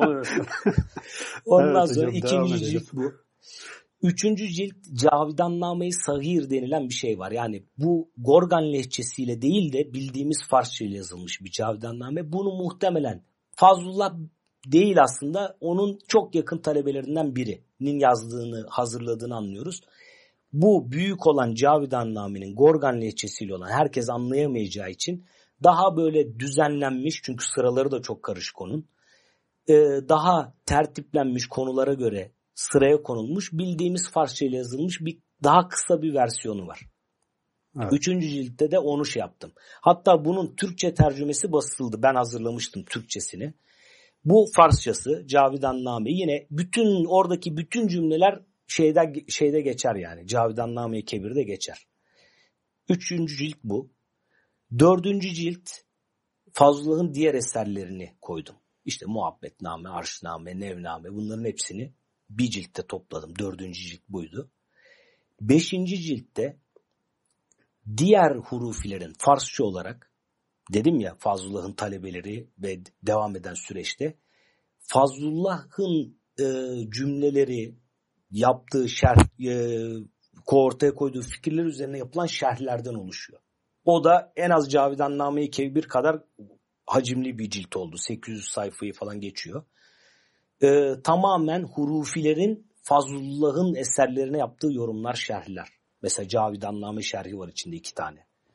Ondan evet, sonra hocam, ikinci cilt bu. Üçüncü cilt Cavidanname-i Sahir denilen bir şey var. Yani bu Gorgan lehçesiyle değil de bildiğimiz Farsça ile yazılmış bir Cavidanname. Bunu muhtemelen Fazlullah değil aslında, onun çok yakın talebelerinden birinin yazdığını, hazırladığını anlıyoruz. Bu büyük olan Cavidanname'nin Gorgan lehçesiyle olan, herkes anlayamayacağı için daha böyle düzenlenmiş, çünkü sıraları da çok karışık onun. Ee, daha tertiplenmiş, konulara göre sıraya konulmuş, bildiğimiz Farsça ile yazılmış bir daha kısa bir versiyonu var. Evet. Üçüncü ciltte de onu şey yaptım. Hatta bunun Türkçe tercümesi basıldı. Ben hazırlamıştım Türkçesini. Bu Farsçası Cavidanname, yine bütün oradaki bütün cümleler şeyde şeyde geçer yani. Cavidanname-i Kebir'de geçer. Üçüncü cilt bu. Dördüncü cilt Fazlullah'ın diğer eserlerini koydum. İşte Muhabbetname, Arşname, Nevname, bunların hepsini bir ciltte topladım. Dördüncü cilt buydu. Beşinci ciltte diğer hurufilerin Farsça olarak, dedim ya Fazlullah'ın talebeleri ve devam eden süreçte Fazlullah'ın e, cümleleri, yaptığı şerh, e, ortaya koyduğu fikirler üzerine yapılan şerhlerden oluşuyor. O da en az Cavidanname-i Kebir kadar hacimli bir cilt oldu. sekiz yüz sayfayı falan geçiyor. E, tamamen hurufilerin Fazlullah'ın eserlerine yaptığı yorumlar, şerhler. Mesela Cavidanname şerhi var içinde iki tane.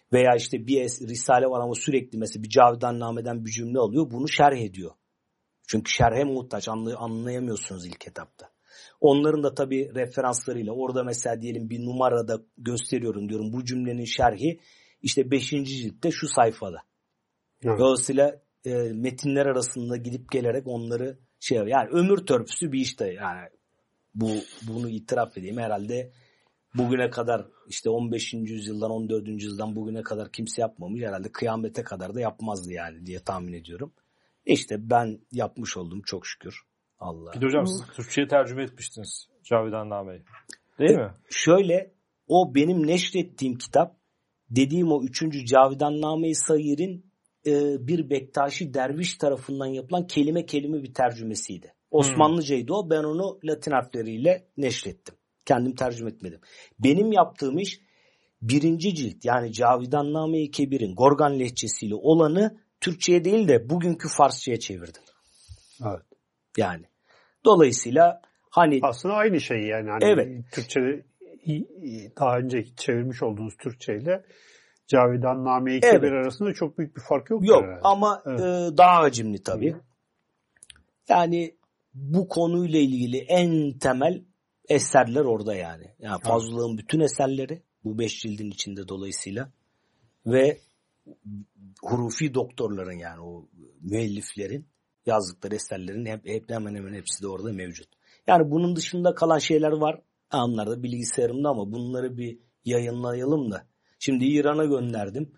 Veya işte bir es- risale var ama sürekli mesela bir Cavidanname'den bir cümle alıyor. Bunu şerh ediyor. Çünkü şerhe muhtaç, anlay- anlayamıyorsunuz ilk etapta. Onların da tabii referanslarıyla orada mesela diyelim bir numarada gösteriyorum diyorum. Bu cümlenin şerhi işte beşinci ciltte şu sayfada. Evet. Dolayısıyla e, metinler arasında gidip gelerek onları şey yani ömür törpüsü bir işte yani bu bunu itiraf edeyim herhalde bugüne kadar işte on beşinci yüzyıldan on dördüncü yüzyıldan bugüne kadar kimse yapmamış herhalde kıyamete kadar da yapmazdı yani diye tahmin ediyorum. İşte ben yapmış oldum çok şükür. Allah. Bir de hocam siz Türkçe'ye tercüme etmiştiniz Cavidanname'yi. Değil e, mi? Şöyle o benim neşrettiğim kitap dediğim o üçüncü Cavidanname-i Sair'in e, bir Bektaşi derviş tarafından yapılan kelime kelime bir tercümesiydi. Osmanlıcaydı o. Ben onu Latin harfleriyle neşrettim. Kendim tercüme etmedim. Benim yaptığım iş birinci cilt yani Cavidanname-i Kebir'in Gorgan lehçesiyle olanı Türkçe'ye değil de bugünkü Farsça'ya çevirdim. Evet. Yani dolayısıyla hani aslında aynı şey yani hani evet. Türkçe daha önce çevirmiş olduğunuz Türkçeyle Cavidanname-i Kebir evet. arasında çok büyük bir fark yok. Yok herhalde. ama evet. e, daha hacimli tabii. Hı. Yani bu konuyla ilgili en temel eserler orada yani. Yani Fazlılığın evet. bütün eserleri bu beş cildin içinde dolayısıyla ve hurufi doktorların yani o müelliflerin yazdıkları eserlerin hep, hep hemen hemen hepsi de orada mevcut. Yani bunun dışında kalan şeyler var. Onlar da bilgisayarımda ama bunları bir yayınlayalım da. Şimdi İran'a gönderdim.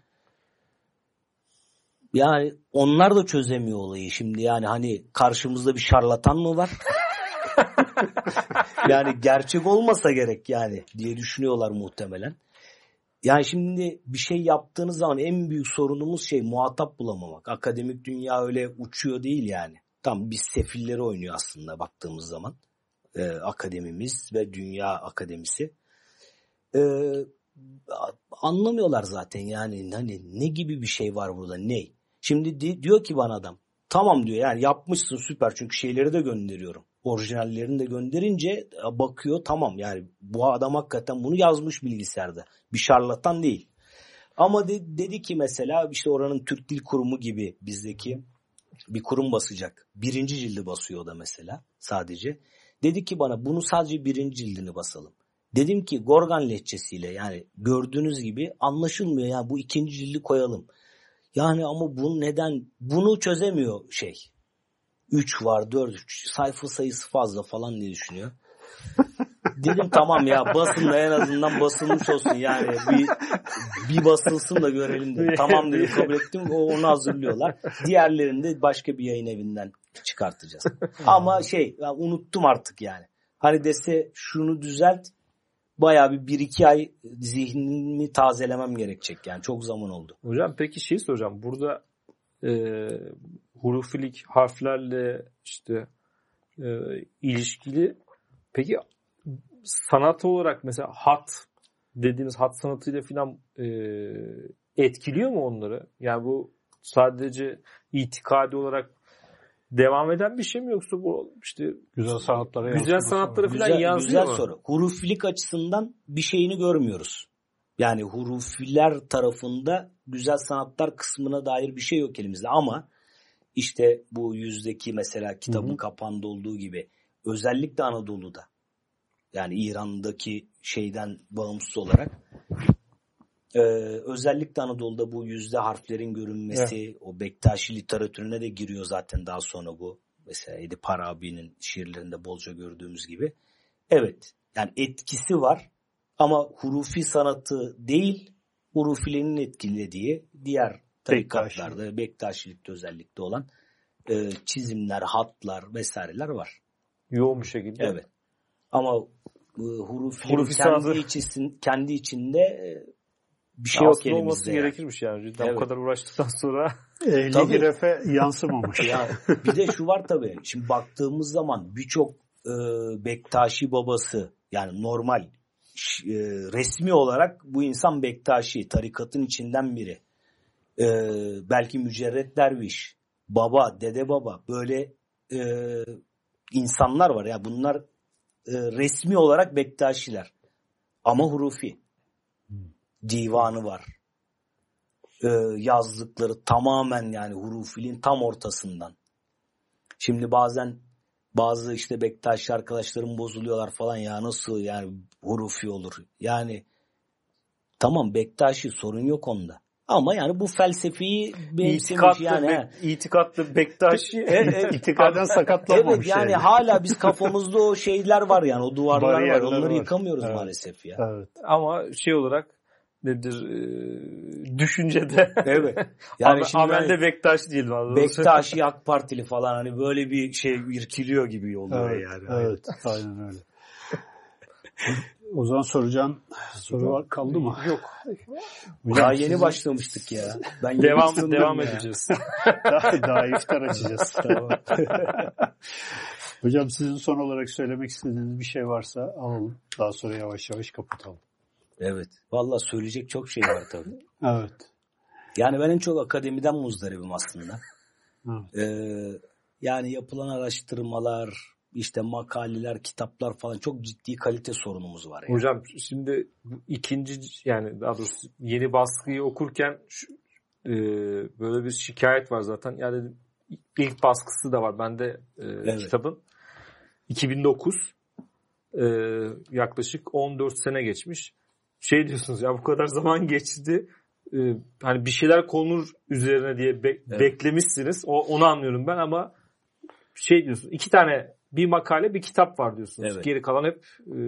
Yani onlar da çözemiyor olayı. Şimdi yani hani karşımızda bir şarlatan mı var? Yani gerçek olmasa gerek yani diye düşünüyorlar muhtemelen. Yani şimdi bir şey yaptığınız zaman en büyük sorunumuz şey muhatap bulamamak. Akademik dünya öyle uçuyor değil yani. Tam biz sefilleri oynuyor aslında baktığımız zaman. Ee, akademimiz ve dünya akademisi. Ee, anlamıyorlar zaten yani hani ne gibi bir şey var burada ne? Şimdi di- diyor ki bana adam tamam diyor yani yapmışsın süper çünkü şeyleri de gönderiyorum. Orijinallerini de gönderince bakıyor tamam yani bu adam hakikaten bunu yazmış bilgisayarda. Bir şarlatan değil. Ama de, dedi ki mesela işte oranın Türk Dil Kurumu gibi bizdeki bir kurum basacak. Birinci cildi basıyor o da mesela sadece. Dedi ki bana bunu sadece birinci cildini basalım. Dedim ki Gorgan lehçesiyle yani gördüğünüz gibi anlaşılmıyor yani bu ikinci cildi koyalım. Yani ama bu neden bunu çözemiyor şey. üç var dört sayfa sayısı fazla falan diye düşünüyor. Dedim tamam ya basın da en azından basılmış olsun yani bir, bir basılsın da görelim dedim. Tamam dedim kabul ettim o onu hazırlıyorlar. Diğerlerini de başka bir yayın evinden çıkartacağız. Ama şey ya unuttum artık yani. Hani dese şunu düzelt bayağı bir bir iki ay zihnimi tazelemem gerekecek yani çok zaman oldu. Hocam peki şey soracağım burada e, hurufilik harflerle işte e, ilişkili peki sanat olarak mesela hat dediğiniz hat sanatıyla filan e, etkiliyor mu onları? Yani bu sadece itikadi olarak devam eden bir şey mi yoksa bu işte güzel sanatlara güzel sanatlara filan güzel, yansıyor güzel mu? Soru. Hurufilik açısından bir şeyini görmüyoruz. Yani hurufiler tarafında güzel sanatlar kısmına dair bir şey yok elimizde ama işte bu yüzdeki mesela kitabın hı hı. kapağında olduğu gibi özellikle Anadolu'da yani İran'daki şeyden bağımsız olarak e, özellikle Anadolu'da bu yüzde harflerin görünmesi evet. o Bektaşi literatürüne de giriyor zaten daha sonra bu. Mesela Edip Arabi'nin şiirlerinde bolca gördüğümüz gibi. Evet yani etkisi var ama hurufi sanatı değil hurufilerin etkilediği diğer tarikatlarda Bektaşi. Bektaşilikte özellikle olan e, çizimler, hatlar vesaireler var. Yoğun bir şekilde. Evet. Ama e, hurufilerin Hurufi kendi, içisin, kendi içinde e, bir şey yok elimizde. Olması yani. Gerekirmiş yani. Evet. O kadar uğraştıktan sonra. Ehli girefe yansımamış. Ya, bir de şu var tabii. Şimdi baktığımız zaman birçok e, Bektaşi babası yani normal e, resmi olarak bu insan Bektaşi. Tarikatın içinden biri. E, belki mücerret derviş. Baba, dede baba. Böyle e, insanlar var. Ya bunlar e, resmi olarak Bektaşiler. Ama hurufi. Divanı var. e, yazdıkları tamamen yani hurufiliğin tam ortasından. Şimdi bazen bazı işte Bektaşi arkadaşlarım bozuluyorlar falan ya nasıl yani hurufi olur. Yani tamam Bektaşi sorun yok onda. Ama yani bu felsefeyi benimsemiş yani. Be, itikatlı Bektaşi. İtikaden sakatlamamış. Evet yani, yani hala biz kafamızda o şeyler var yani o duvarlar Bariyerler var. Onları var. Yıkamıyoruz Evet. maalesef ya. Evet. Ama şey olarak nedir e, düşüncede. Evet. Yani şimdi Amelde yani, Bektaşi değil mi? Bektaşi AK Partili falan hani böyle bir şey irkiliyor gibi oluyor evet, yani. Evet. Aynen öyle. O zaman soracağım soru var kaldı mı? Yok. Daha yeni sizin... başlamıştık ya. Ben devam devam ya. edeceğiz. daha, daha iftar açacağız. Tamam. Hocam sizin son olarak söylemek istediğiniz bir şey varsa alalım. Daha sonra yavaş yavaş kapatalım. Evet. Vallahi söyleyecek çok şey var tabii. Evet. Yani ben en çok akademiden muzdaribim aslında. Evet. Ee, yani yapılan araştırmalar, işte makaleler, kitaplar falan çok ciddi kalite sorunumuz var. Yani. Hocam şimdi ikinci yani daha doğrusu yeni baskıyı okurken şu, e, böyle bir şikayet var zaten. Yani ilk baskısı da var bende e, evet. kitabın. iki bin dokuz e, yaklaşık on dört sene geçmiş. Şey diyorsunuz ya bu kadar zaman geçti. E, hani bir şeyler konur üzerine diye be- evet. beklemişsiniz. O, onu anlıyorum ben ama şey diyorsunuz. iki tane bir makale bir kitap var diyorsunuz. Evet. Geri kalan hep e,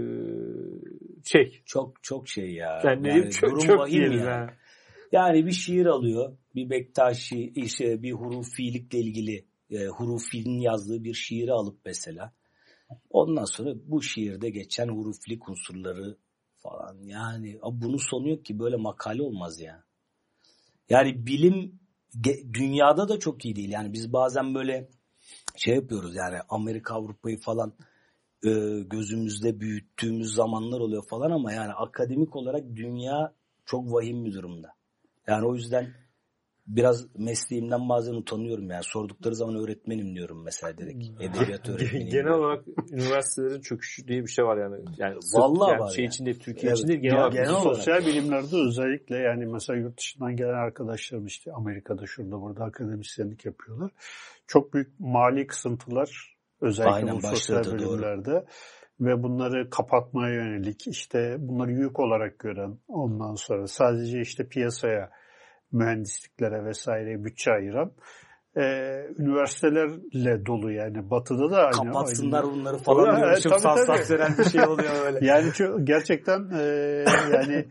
şey. Çok çok şey ya. Yani, yani çöp, durum çöp vahim yani. yani. Yani bir şiir alıyor. Bir Bektaşi işte bir hurufilikle ilgili e, hurufinin yazdığı bir şiiri alıp mesela. Ondan sonra bu şiirde geçen hurufilik unsurları falan yani bunun sonu yok ki böyle makale olmaz ya. Yani bilim dünyada da çok iyi değil. Yani biz bazen böyle şey yapıyoruz yani Amerika Avrupa'yı falan e, gözümüzde büyüttüğümüz zamanlar oluyor falan ama yani akademik olarak dünya çok vahim bir durumda. Yani o yüzden biraz mesleğimden bazen utanıyorum yani. Sordukları zaman öğretmenim diyorum mesela dedik. Edebiyat öğretmeniyim. Genel diyorum. Olarak üniversitelerin çöküşü diye bir şey var yani. Yani vallahi yani var şey yani. içinde Türkiye evet. içinde genel, ya, olarak genel olarak sosyal bilimlerde özellikle yani mesela yurt dışından gelen arkadaşlarım işte Amerika'da şurada burada akademisyenlik yapıyorlar. Çok büyük mali kısıntılar özellikle aynen, bu sosyal bölümlerde. Doğru. Ve bunları kapatmaya yönelik işte bunları yük olarak gören ondan sonra sadece işte piyasaya mühendisliklere vesaireye bütçe ayıran e, üniversitelerle dolu yani batıda da aynı. Kapatsınlar aynı. bunları falan diyormuşum. Sansasyonel bir şey oluyor öyle. Yani çok, gerçekten e, yani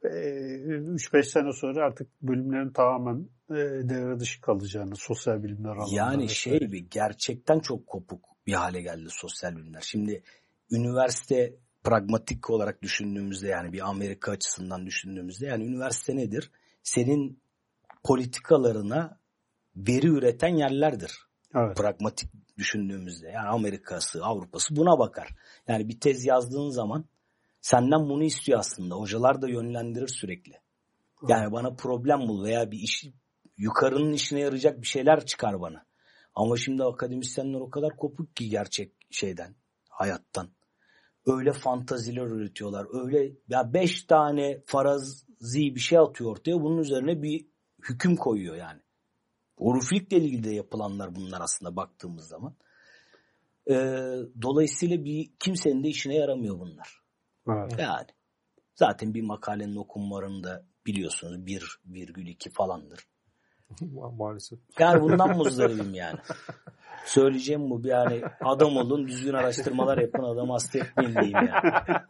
üç beş sene sonra artık bölümlerin tamamen e, devre dışı kalacağını sosyal bilimler alanında. Yani şey bir gerçekten çok kopuk bir hale geldi sosyal bilimler. Şimdi üniversite pragmatik olarak düşündüğümüzde yani bir Amerika açısından düşündüğümüzde yani üniversite nedir? Senin politikalarına veri üreten yerlerdir. Evet. Pragmatik düşündüğümüzde yani Amerika'sı, Avrupa'sı buna bakar. Yani bir tez yazdığın zaman senden bunu istiyor aslında. Hocalar da yönlendirir sürekli. Yani evet. Bana problem bul veya bir iş yukarının işine yarayacak bir şeyler çıkar bana. Ama şimdi akademisyenler o kadar kopuk ki gerçek şeyden, hayattan. Öyle fantaziler üretiyorlar. Öyle ya beş tane farazi bir şey atıyor ortaya. Bunun üzerine bir hüküm koyuyor yani. Hurufilikle ilgili de yapılanlar bunlar aslında baktığımız zaman. Ee, dolayısıyla bir kimsenin de işine yaramıyor bunlar. Evet. Yani zaten bir makalenin okunmalarında biliyorsunuz bir virgül iki falandır. Maalesef. Yani bundan muzdaribim yani. Söyleyeceğim bu yani adam olun düzgün araştırmalar yapın adamı hasta etmeyin diyeyim yani.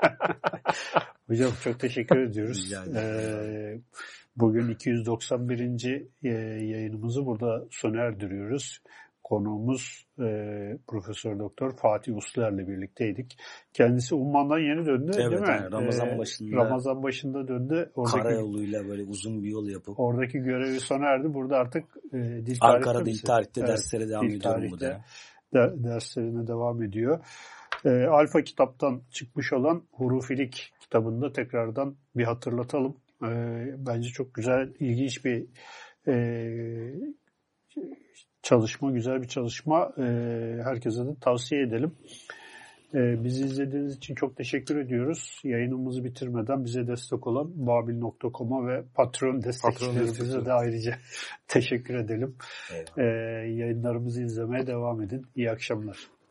Hocam çok teşekkür ediyoruz. Ee, bugün iki yüz doksan birinci yayınımızı burada sona erdiriyoruz. Konuğumuz e, Profesör Doktor Fatih Usluer'le birlikteydik. Kendisi Umman'dan yeni döndü evet, değil mi? Yani Ramazan başında. Ramazan başında döndü. Oradaki, karayoluyla böyle uzun bir yol yapıp. Oradaki görevi sona erdi. Burada artık e, dil Ankara Dil Tarih'te evet, derslere devam dil ediyorum bu dönem. De, derslerine devam ediyor. E, Alfa kitaptan çıkmış olan Hurufilik kitabını da tekrardan bir hatırlatalım. E, bence çok güzel, ilginç bir e, çalışma, güzel bir çalışma. Herkese de tavsiye edelim. Ee, bizi izlediğiniz için çok teşekkür ediyoruz. Yayınımızı bitirmeden bize destek olan babil nokta com'a ve Patreon destekçilerimize de ayrıca teşekkür edelim. Ee, yayınlarımızı izlemeye devam edin. İyi akşamlar.